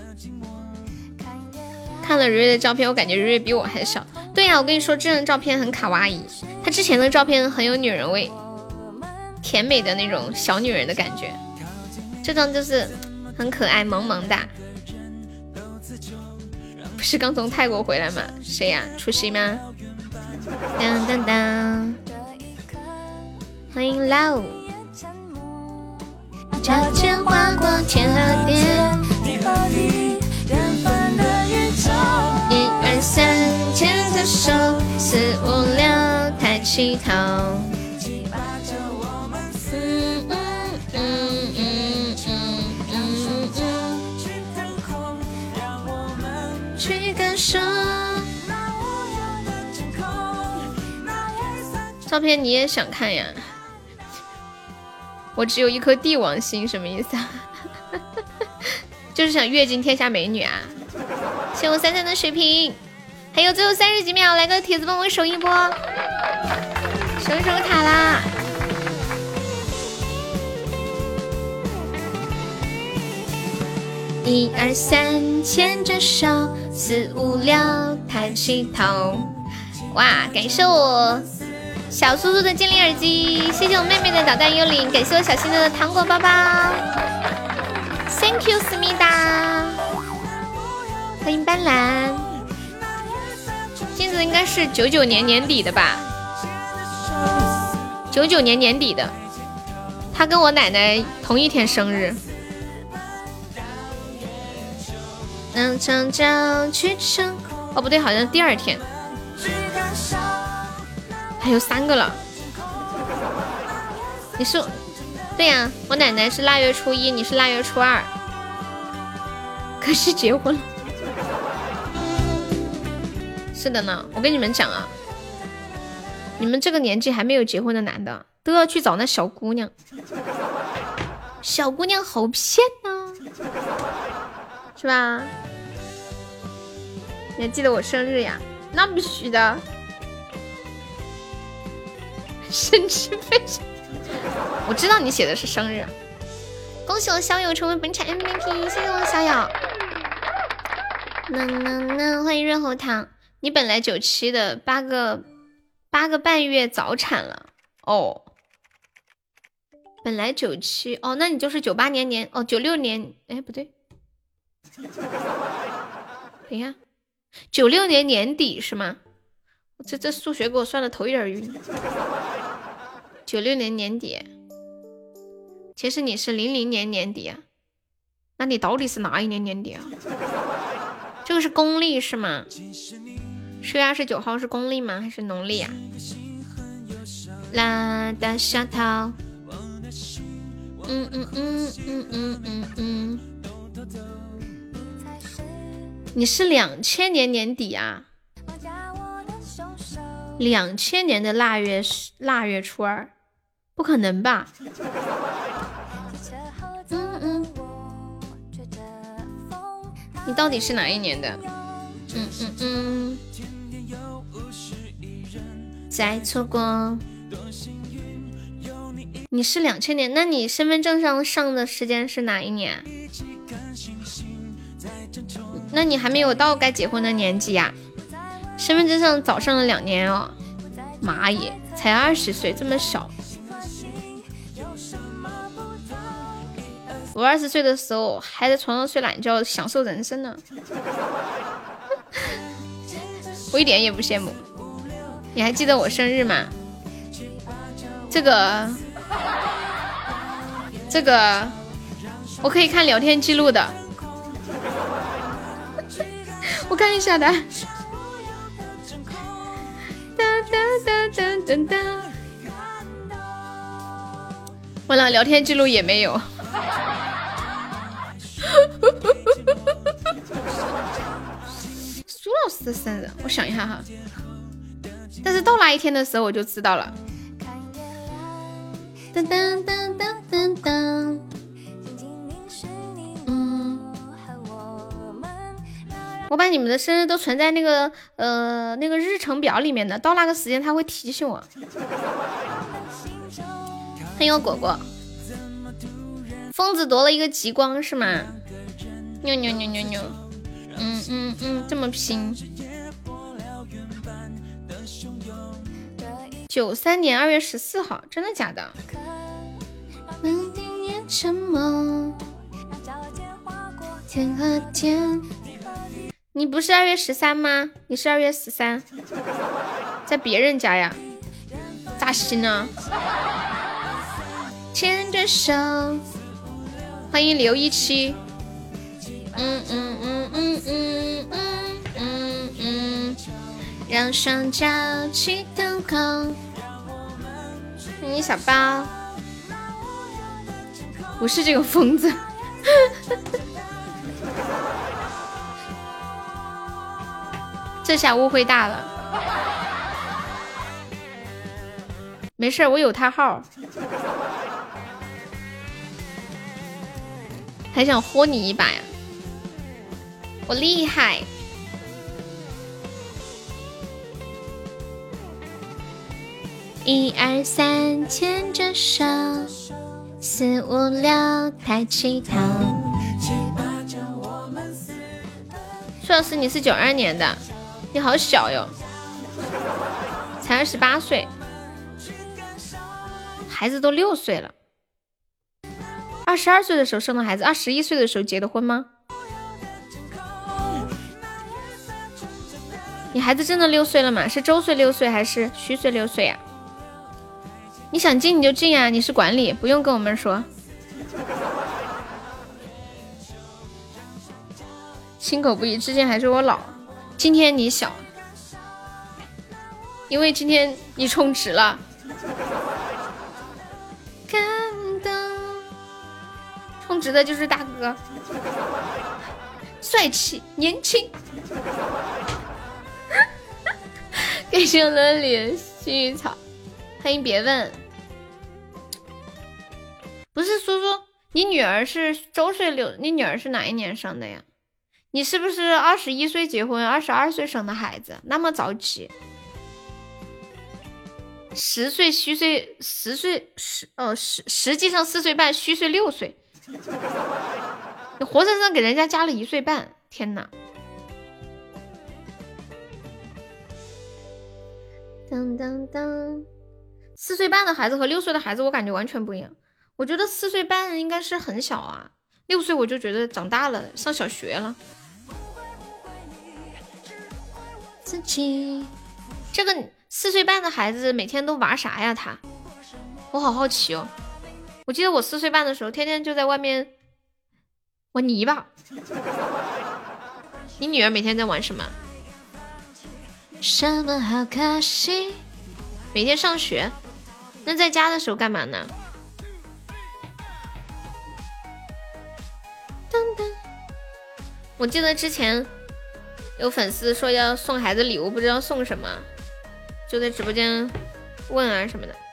看了瑞瑞的照片，我感觉瑞瑞比我还小。对呀、啊，我跟你说，这张照片很卡哇伊，他之前的照片很有女人味，甜美的那种小女人的感觉。这张就是很可爱，萌萌哒。 是刚从泰国回来吗？谁呀？除夕吗？当当当！欢迎 Low。悄悄划过天和地，一二三，牵着手，四五六，抬起头。嗯嗯嗯嗯嗯嗯嗯，去感受。照片你也想看呀？我只有一颗帝王心，什么意思啊？就是想阅尽天下美女啊！谢我三三的水瓶，还有最后三十几秒，来个帖子帮我守一波，守一守塔啦！一二三，牵着手，四五六，抬起头。哇，感谢我小叔叔的精灵耳机，谢谢我妹妹的导弹幽灵，感谢我小新的糖果包包 ，Thank you 思密达，欢迎斑斓。镜子应该是九九年年底的吧？九九年年底的，他跟我奶奶同一天生日。能长脚去成，哦不对，好像是第二天。还有三个了，你是？对呀、啊，我奶奶是腊月初一，你是腊月初二，可是结婚了。是的呢，我跟你们讲啊，你们这个年纪还没有结婚的男的，都要去找那小姑娘，小姑娘好骗呢、啊，是吧？你还记得我生日呀？那必须的。生气非常，我知道你写的是生日。恭喜我小友成为本场 M V P， 谢谢我小友。能能能，欢迎润喉糖。你本来九七的，八个八个半月早产了哦。本来九七哦，那你就是九八年年哦，九六年哎不对，等一下，九六年年底是吗？这这数学给我算的头有点晕。九六年年底，其实你是零零年年底啊，那你到底是哪一年年底啊？这个是公历是吗？十月二十九号是公历吗？还是农历啊？啦的小桃，嗯嗯嗯嗯嗯嗯嗯，你是两千年年底啊？两千年的腊月腊月初二，不可能吧？嗯嗯，你到底是哪一年的？嗯嗯嗯，再错过，你是两千年，那你身份证上上的时间是哪一年？那你还没有到该结婚的年纪呀、啊？身份证上早上了两年哦，妈耶，才二十岁，这么小。我二十岁的时候还在床上睡懒觉，享受人生呢。我一点也不羡慕。你还记得我生日吗？这个，这个，我可以看聊天记录的。我看一下的。完了，聊天记录也没有。苏老师的生日，我想一下哈，但是到那一天的时候我就知道了。噔噔噔噔噔噔，嗯，我把你们的生日都存在那个呃那个日程表里面的，到那个时间他会提醒我。欢迎我果果，疯子夺了一个极光是吗？牛牛牛牛牛，嗯嗯嗯，这么拼。九三年二月十四号，真的假的？天和天， 你不是二月十三吗？你是二月十三，在别人家呀？扎心呢？牵着手，欢迎刘一七。嗯嗯嗯嗯嗯嗯嗯嗯，让双脚去腾空。你小包，不是这个疯子。这下误会大了。没事，我有他号。还想豁你一把呀？我厉害。一二三，牵着手，四五六，抬起头。苏老师，你是九二年的，你好小哟，才二十八岁，孩子都六岁了。二十二岁的时候生的孩子，二十一岁的时候结的婚吗？你孩子真的六岁了吗？是周岁六岁还是虚岁六岁呀、啊？你想进你就进呀、啊，你是管理，不用跟我们说。亲口不一，之前还是我老，今天你小，因为今天你充值了。感动，充值的就是大哥，帅气年轻。感谢我的脸幸运草，欢迎别问。不是叔叔，你女儿是周岁六，你女儿是哪一年生的呀？你是不是二十一岁结婚，二十二岁生的孩子？那么着急？十岁虚岁，十岁十哦实实际上四岁半，虚岁六岁，你活生生给人家加了一岁半，天哪！当当当，四岁半的孩子和六岁的孩子，我感觉完全不一样。我觉得四岁半应该是很小啊，六岁我就觉得长大了，上小学了。自己这个四岁半的孩子每天都玩啥呀？他，我好好奇哦。我记得我四岁半的时候，天天就在外面玩泥巴。你女儿每天在玩什么？什么好可惜？每天上学。那在家的时候干嘛呢？噔噔，我记得之前有粉丝说要送孩子礼物，不知道送什么，就在直播间问啊什么的。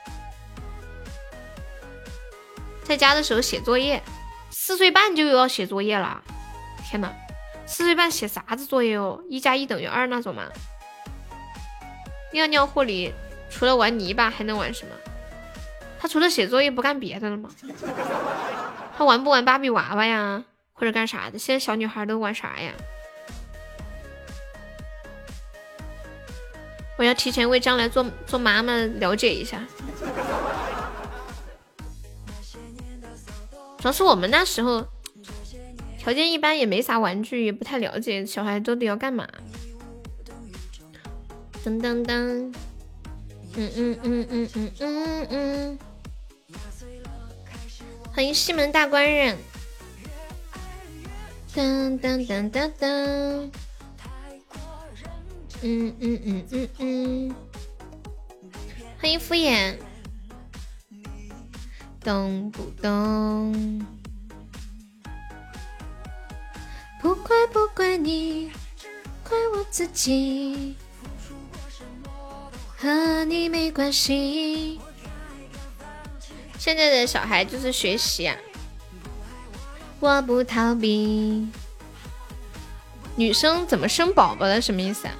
在家的时候写作业，四岁半就要写作业了，天哪！四岁半写啥子作业哦？一加一等于二那种吗？尿尿护理除了玩泥巴还能玩什么？他除了写作业不干别的了吗？他玩不玩芭比娃娃呀？或者干啥的？现在小女孩都玩啥呀？我要提前为将来做做妈妈了解一下。主要是我们那时候条件一般，也没啥玩具，也不太了解小孩都得要干嘛。噔噔噔，嗯嗯嗯嗯嗯嗯嗯，欢迎西门大官人。噔噔噔噔噔，嗯嗯嗯嗯嗯，欢迎敷衍，懂不懂？不怪不怪你，怪我自己，和你没关系。现在的小孩就是学习啊。我不逃避。女生怎么生宝宝的？什么意思啊？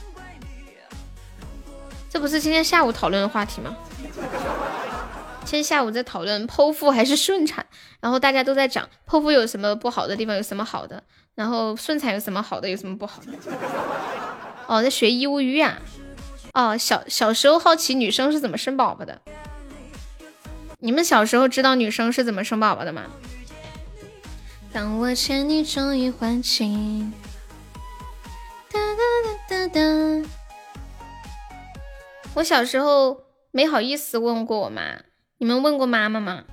这不是今天下午讨论的话题吗？今天下午在讨论剖腹还是顺产，然后大家都在讲剖腹有什么不好的地方，有什么好的，然后顺产有什么好的，有什么不好的。哦，在学义务育啊。哦，小小时候好奇女生是怎么生宝宝的。你们小时候知道女生是怎么生宝宝的吗？当我牵你终于唤醒， 哒。我小时候没好意思问过我妈，你们问过妈妈吗？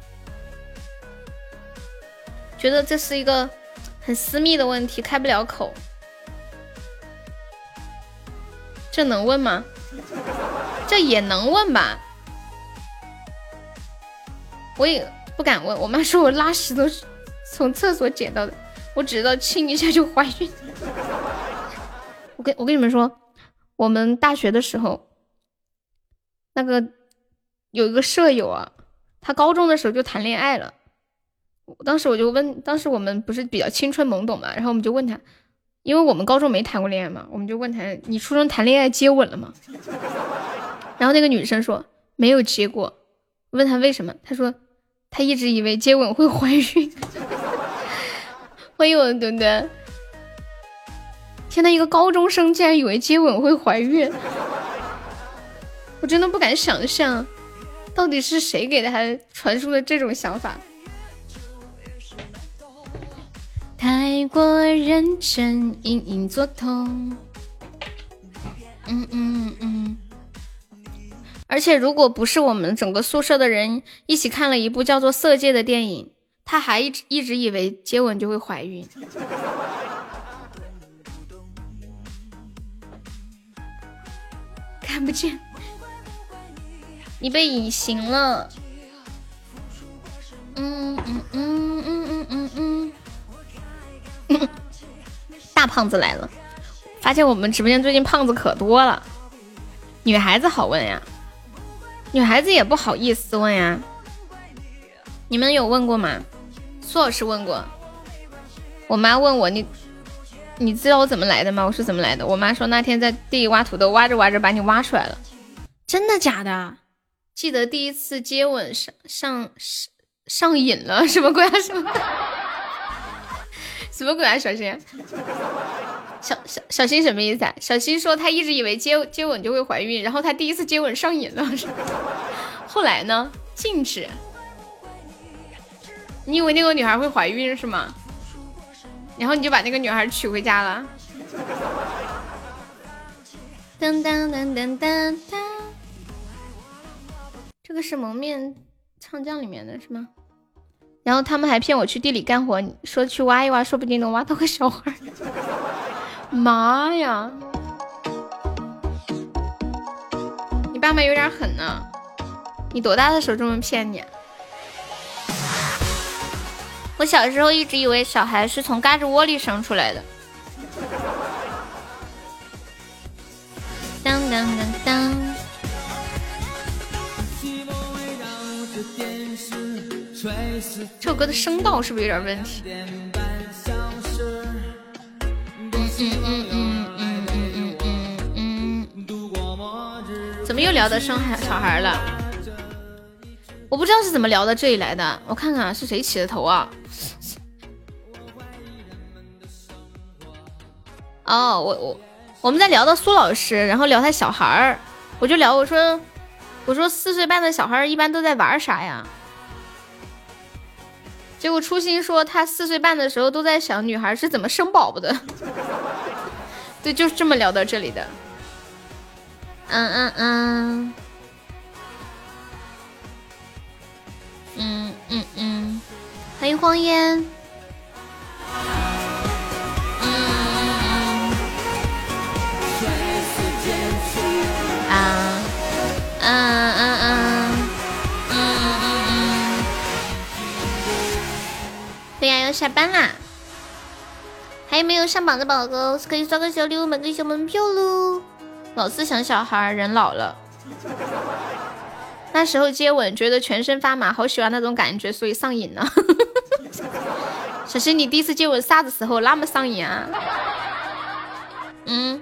觉得这是一个很私密的问题，开不了口。这能问吗？这也能问吧？我也不敢问，我妈说我拉屎都是从厕所捡到的，我只知道亲一下就怀孕。我跟我跟你们说，我们大学的时候，那个有一个舍友啊，他高中的时候就谈恋爱了。当时我就问，当时我们不是比较青春懵懂嘛，然后我们就问他，因为我们高中没谈过恋爱嘛，我们就问他，你初中谈恋爱接吻了吗？然后那个女生说没有接过。问他为什么，他说他一直以为接吻会怀孕。欢迎我的墩墩。天呐，一个高中生竟然以为接吻会怀孕，我真的不敢想象，到底是谁给他传输的这种想法。太过认真，隐隐作痛。嗯嗯嗯。而且如果不是我们整个宿舍的人一起看了一部叫做《色戒》的电影，他还一直一直以为接吻就会怀孕。看不见，你被隐形了。嗯嗯嗯嗯嗯嗯嗯。大胖子来了，发现我们直播间最近胖子可多了。女孩子好问呀，女孩子也不好意思问呀。你们有问过吗？苏老师问过。我妈问我，你你知道我怎么来的吗？我说怎么来的？我妈说那天在地里挖土豆，挖着挖着把你挖出来了。真的假的？记得第一次接吻上上上瘾了，什么鬼啊？什么什么鬼啊？小新，小小小新什么意思啊？小新说他一直以为接接吻就会怀孕，然后他第一次接吻上瘾了，后来呢？禁止。你以为那个女孩会怀孕是吗？然后你就把那个女孩娶回家了。当当当当当当，这个是蒙面唱将里面的是吗？然后他们还骗我去地里干活，说去挖一挖，说不定能挖到个小孩。妈呀！你爸妈有点狠呢。你多大的时候这么骗你？我小时候一直以为小孩是从嘎吱窝里生出来的。当当当当。这首歌的声道是不是有点问题？嗯嗯嗯嗯嗯嗯嗯嗯。怎么又聊到生小孩了？我不知道是怎么聊到这里来的，我看看是谁起的头啊？哦，我我我们在聊到苏老师，然后聊他小孩儿，我就聊我说我说四岁半的小孩一般都在玩啥呀？结果初心说他四岁半的时候都在想女孩是怎么生宝宝的。对，就是这么聊到这里的。嗯嗯嗯。嗯嗯嗯，欢迎荒烟。嗯嗯嗯。啊嗯嗯嗯嗯嗯嗯。对呀，要下班啦。还有没有上榜的宝哥可以刷个小礼物，买个小门票喽。老是想小孩，人老了。那时候接吻觉得全身发麻，好喜欢那种感觉，所以上瘾了。小新，你第一次接吻啥子时候那么上瘾啊？嗯，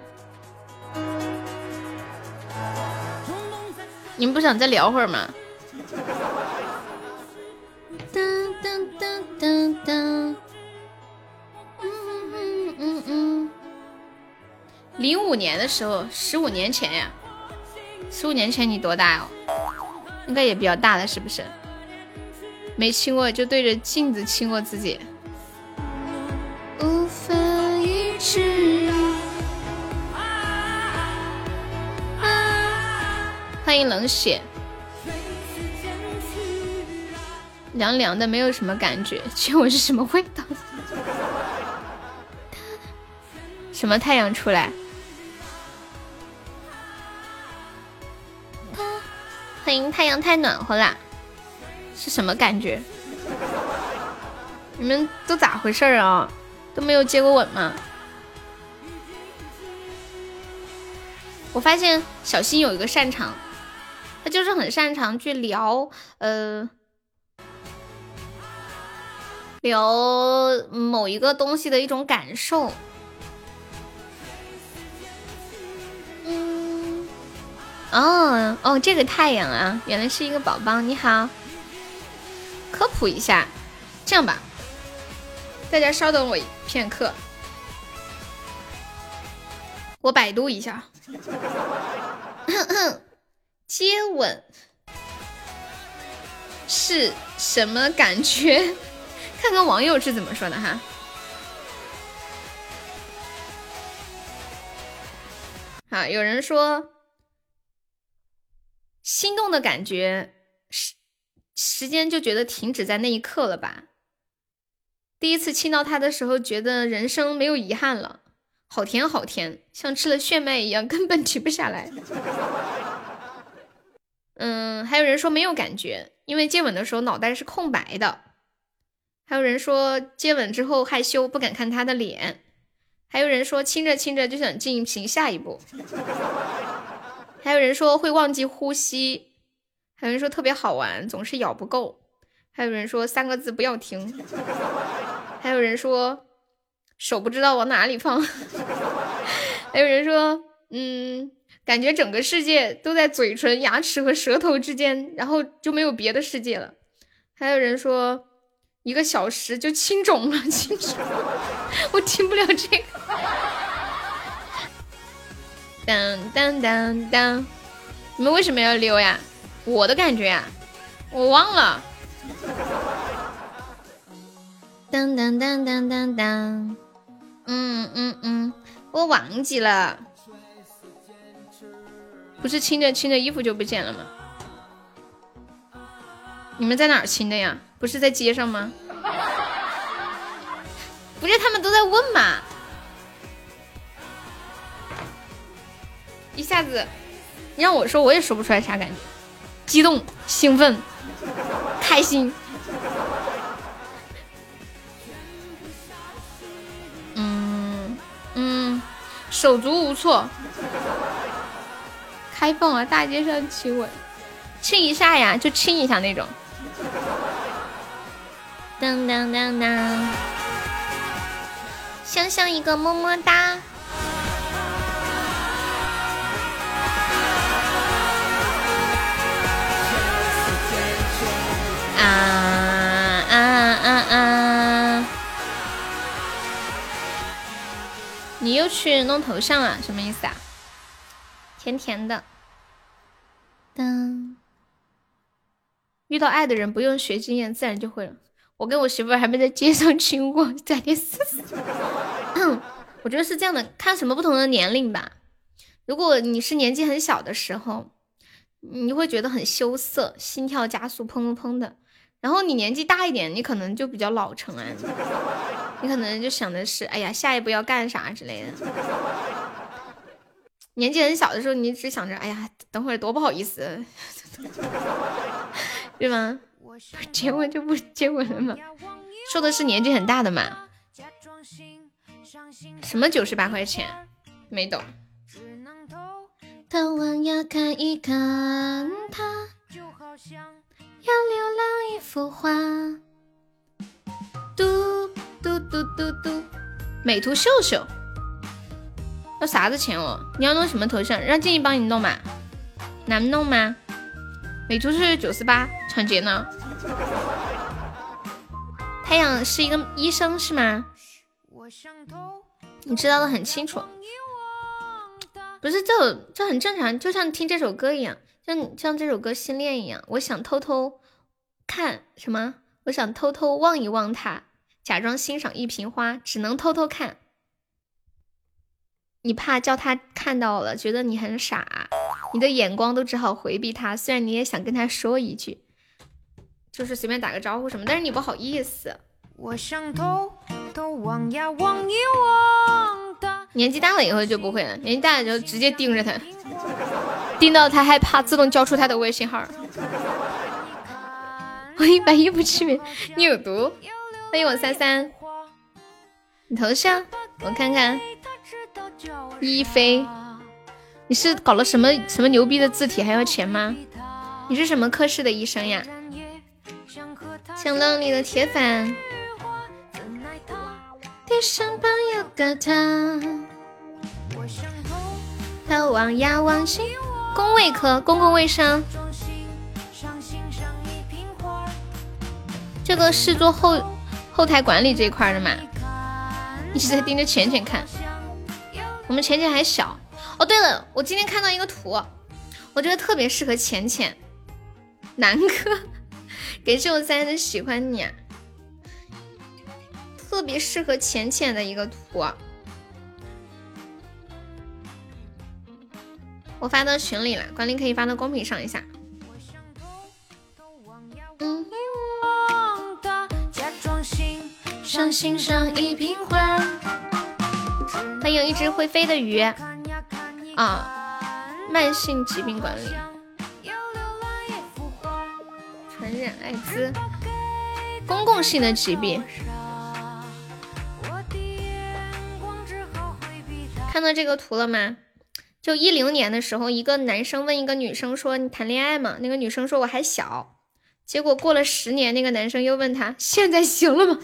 你们不想再聊会儿吗？噔噔噔噔噔，嗯嗯嗯嗯。零五年的时候，十五年前呀，十五年前你多大哦？应该也比较大了，是不是？没亲过就对着镜子亲过自己。无法抑制。 欢迎冷血。凉凉的，没有什么感觉。请问是什么味道？什么太阳出来？欢迎太阳太暖和啦，是什么感觉？你们都咋回事啊？都没有接过吻吗？我发现小新有一个擅长，他就是很擅长去聊，呃，聊某一个东西的一种感受。嗯，哦哦，这个太阳啊，原来是一个宝宝，你好。科普一下，这样吧，大家稍等我片刻，我百度一下。接吻是什么感觉？看看网友是怎么说的哈。好，有人说心动的感觉时时间就觉得停止在那一刻了吧。第一次亲到他的时候觉得人生没有遗憾了，好甜好甜，像吃了炫迈一样，根本停不下来。嗯，还有人说没有感觉，因为接吻的时候脑袋是空白的。还有人说接吻之后害羞，不敢看他的脸。还有人说亲着亲着就想进行下一步。还有人说会忘记呼吸。还有人说特别好玩，总是咬不够。还有人说三个字不要停。还有人说手不知道往哪里放。还有人说嗯，感觉整个世界都在嘴唇、牙齿和舌头之间，然后就没有别的世界了。还有人说一个小时就亲肿了，亲肿了。我听不了这个。当当当当，你们为什么要溜呀？我的感觉呀，我忘了。当当当当当当，嗯嗯嗯，我忘记了。不是亲着亲着衣服就不见了吗？你们在哪儿亲的呀？不是在街上吗？不是他们都在问嘛？一下子你让我说，我也说不出来啥感觉，激动、兴奋、开心。嗯嗯，手足无措。开放啊，大街上亲吻，亲一下呀，就亲一下那种。当当当当，香香一个么么哒。啊啊啊啊！你又去弄头像了，什么意思啊？甜甜的。当遇到爱的人不用学经验，自然就会了。我跟我媳妇儿还没在街上亲过，再点试试。我觉得是这样的，看什么不同的年龄吧。如果你是年纪很小的时候，你会觉得很羞涩，心跳加速，砰砰砰的。然后你年纪大一点，你可能就比较老成啊，你可能就想的是，哎呀，下一步要干啥之类的。年纪很小的时候，你只想着，哎呀，等会儿多不好意思，对吗？结婚就不结婚了吗？说的是年纪很大的嘛？什么九十八块钱？没懂。当晚要看一看他，要流浪一幅画。嘟嘟嘟嘟嘟，美图秀秀。要啥子钱哦？你要弄什么头像？让静怡帮你弄嘛？难弄吗？美图是九十八，抢劫呢？太阳是一个医生是吗？你知道的很清楚。不是，这这很正常，就像听这首歌一样，像像这首歌《心恋》一样。我想偷偷看什么？我想偷偷望一望它，假装欣赏一瓶花，只能偷偷看。 你怕叫他看到了，觉得你很傻，你的眼光都只好回避他。虽然你也想跟他说一句，就是随便打个招呼什么，但是你不好意思。我想偷偷望呀望一望的。年纪大了以后就不会了，年纪大了就直接盯着他，盯到他害怕，自动交出他的微信号。我一百一不吃面，你有毒。欢迎我三三，你头像我看看。一飞，你是搞了什么什么牛逼的字体还要钱吗？你是什么科室的医生呀？想让你的铁粉。地上旁有个他，他望呀望星。公卫科，公共卫生。这个是做后后台管理这一块的嘛？一直在盯着浅浅看。我们浅浅还小。哦，对了，我今天看到一个图，我觉得特别适合浅浅。南哥，感谢我三人的喜欢你啊，特别适合浅浅的一个图啊。我发到群里了，管理可以发到公屏上一下。嗯，像欣赏一瓶花。欢迎一只会飞的鱼啊！慢性疾病管理，传染艾滋，公共性的疾病。看到这个图了吗？就一零年的时候，一个男生问一个女生说：“你谈恋爱吗？”那个女生说：“我还小。”结果过了十年，那个男生又问他：“现在行了吗？”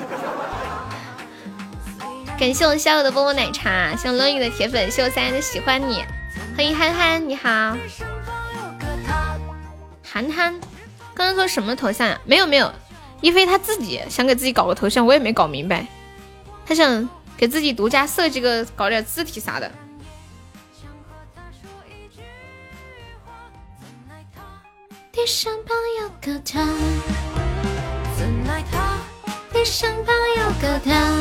感谢我小友的波波奶茶，像乐雨的铁粉，谢我三人的喜欢你。欢迎憨憨，你好。憨憨，刚刚说什么头像呀？没有没有，一菲他自己想给自己搞个头像，我也没搞明白。他想给自己独家设计个，搞点字体啥的。地上旁有个他，地上旁有个他。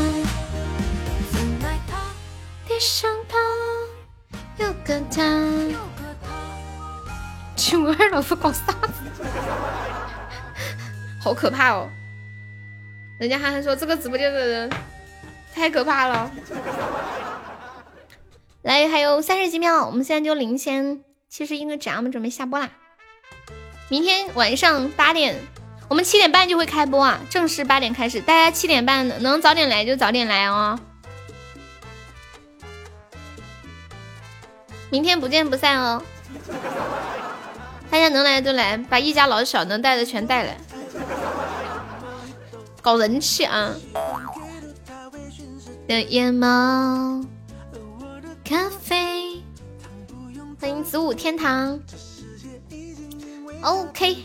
地上旁有个他，穷二老夫搞啥子？好可怕哦！人家憨憨说这个直播间的人太可怕了。来，还有三十几秒，我们现在就领先七十一个奖，我们准备下播啦。明天晚上八点，我们七点半就会开播啊，正式八点开始，大家七点半能早点来就早点来哦。明天不见不散哦！大家能来就来，把一家老小能带的全带来，搞人气啊！的眼眸咖啡，欢迎子午天堂。OK，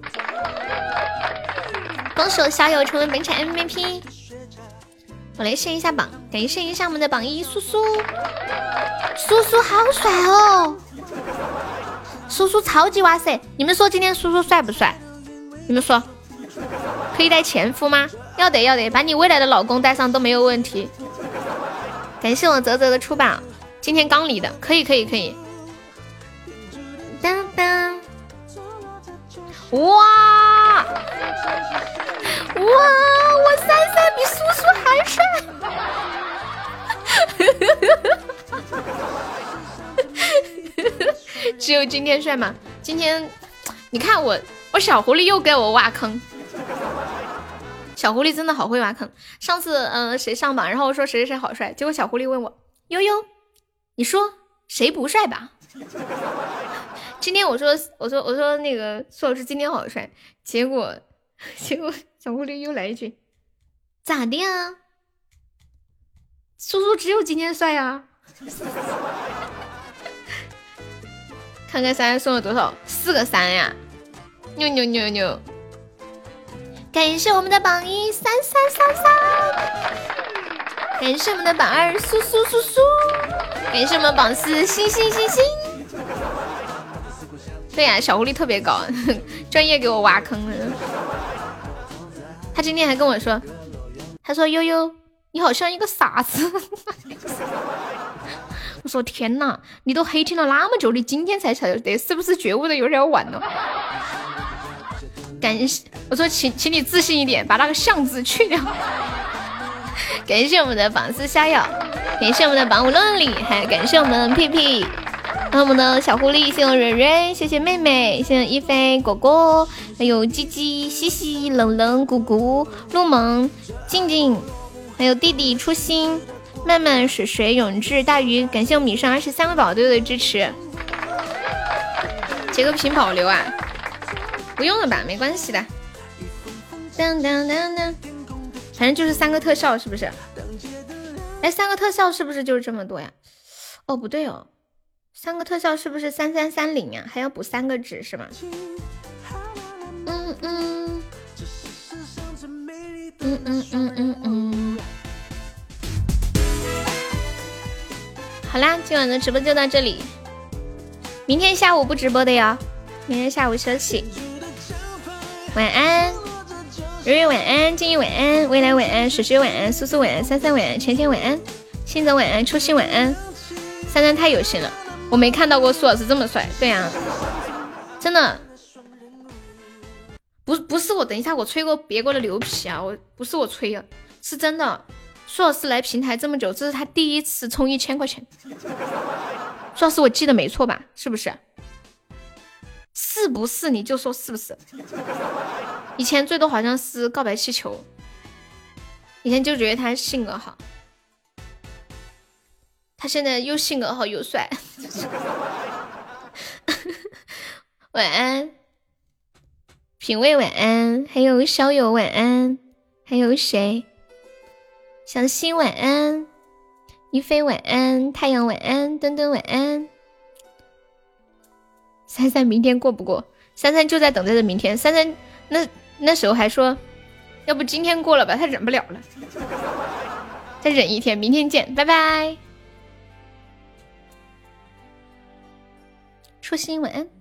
恭喜我小友成为本场 M V P。我来试一下榜，感谢一下我们的榜一苏苏，苏苏好帅哦，苏苏超级哇塞！你们说今天苏苏帅不帅？你们说，可以带前夫吗？要得要得，把你未来的老公带上都没有问题。感谢我泽泽的出榜，今天刚离的，可以可以可以。当当，哇！哇，我三三比苏苏还帅！只有今天帅吗？今天你看我，我小狐狸又给我挖坑。小狐狸真的好会挖坑。上次嗯、呃、谁上榜，然后我说谁谁谁好帅，结果小狐狸问我悠悠，你说谁不帅吧？今天我说我说我说那个苏老师今天好帅，结果结果小狐狸又来一句咋的啊？苏苏只有今天帅啊！看看三送了多少？四个三呀！牛牛牛牛！感谢我们的榜一三三三三，感谢我们的榜二苏苏苏苏，感谢我们榜四星星星星。对呀、啊，小狐狸特别高，专业给我挖坑了。他今天还跟我说，他说悠悠，你好像一个傻子。 我说天哪，你都黑听了那么久，你今天才晓得，是不是觉悟的有点晚了？感谢我说请请你自信一点，把那个巷字去掉。感谢我们的榜四逍遥，感谢我们的榜五论理，还感谢我们屁屁，还有我们的小狐狸，谢谢蕊蕊，谢谢妹妹，谢谢一菲果果，还有鸡鸡西西冷冷咕咕陆萌静静，还有弟弟初心慢慢水水永志大鱼，感谢我米上二十三位宝队的支持。截个屏保留啊？不用了吧，没关系的。当当当当，反正就是三个特效，是不是？哎，三个特效是不是就是这么多呀？哦，不对哦，三个特效是不是三三三零呀？还要补三个值是吗？嗯嗯嗯嗯嗯嗯嗯。好啦，今晚的直播就到这里，明天下午不直播的哟，明天下午休息。晚安，蕊蕊晚安，静怡晚安，未来晚安，水水晚安，苏苏晚安，三三晚安，浅浅晚安，新泽晚安，初心晚安。三三太有心了，我没看到过苏老师这么帅。对呀、啊，真的不不是我，等一下我吹过别国的牛皮啊，我不是我吹的，是真的。苏老师来平台这么久，这是他第一次充一千块钱。苏老师，我记得没错吧？是不是？是不是？你就说是不是？以前最多好像是告白气球，以前就觉得他性格好，他现在又性格好又帅。晚安，品味晚安，还有小友晚安，还有谁？小溪晚安，一飞晚安，太阳晚安，墩墩晚安。珊珊明天过不过？珊珊就在等待着明天。珊珊那那时候还说，要不今天过了吧，她忍不了了，再忍一天，明天见，拜拜。初心晚安。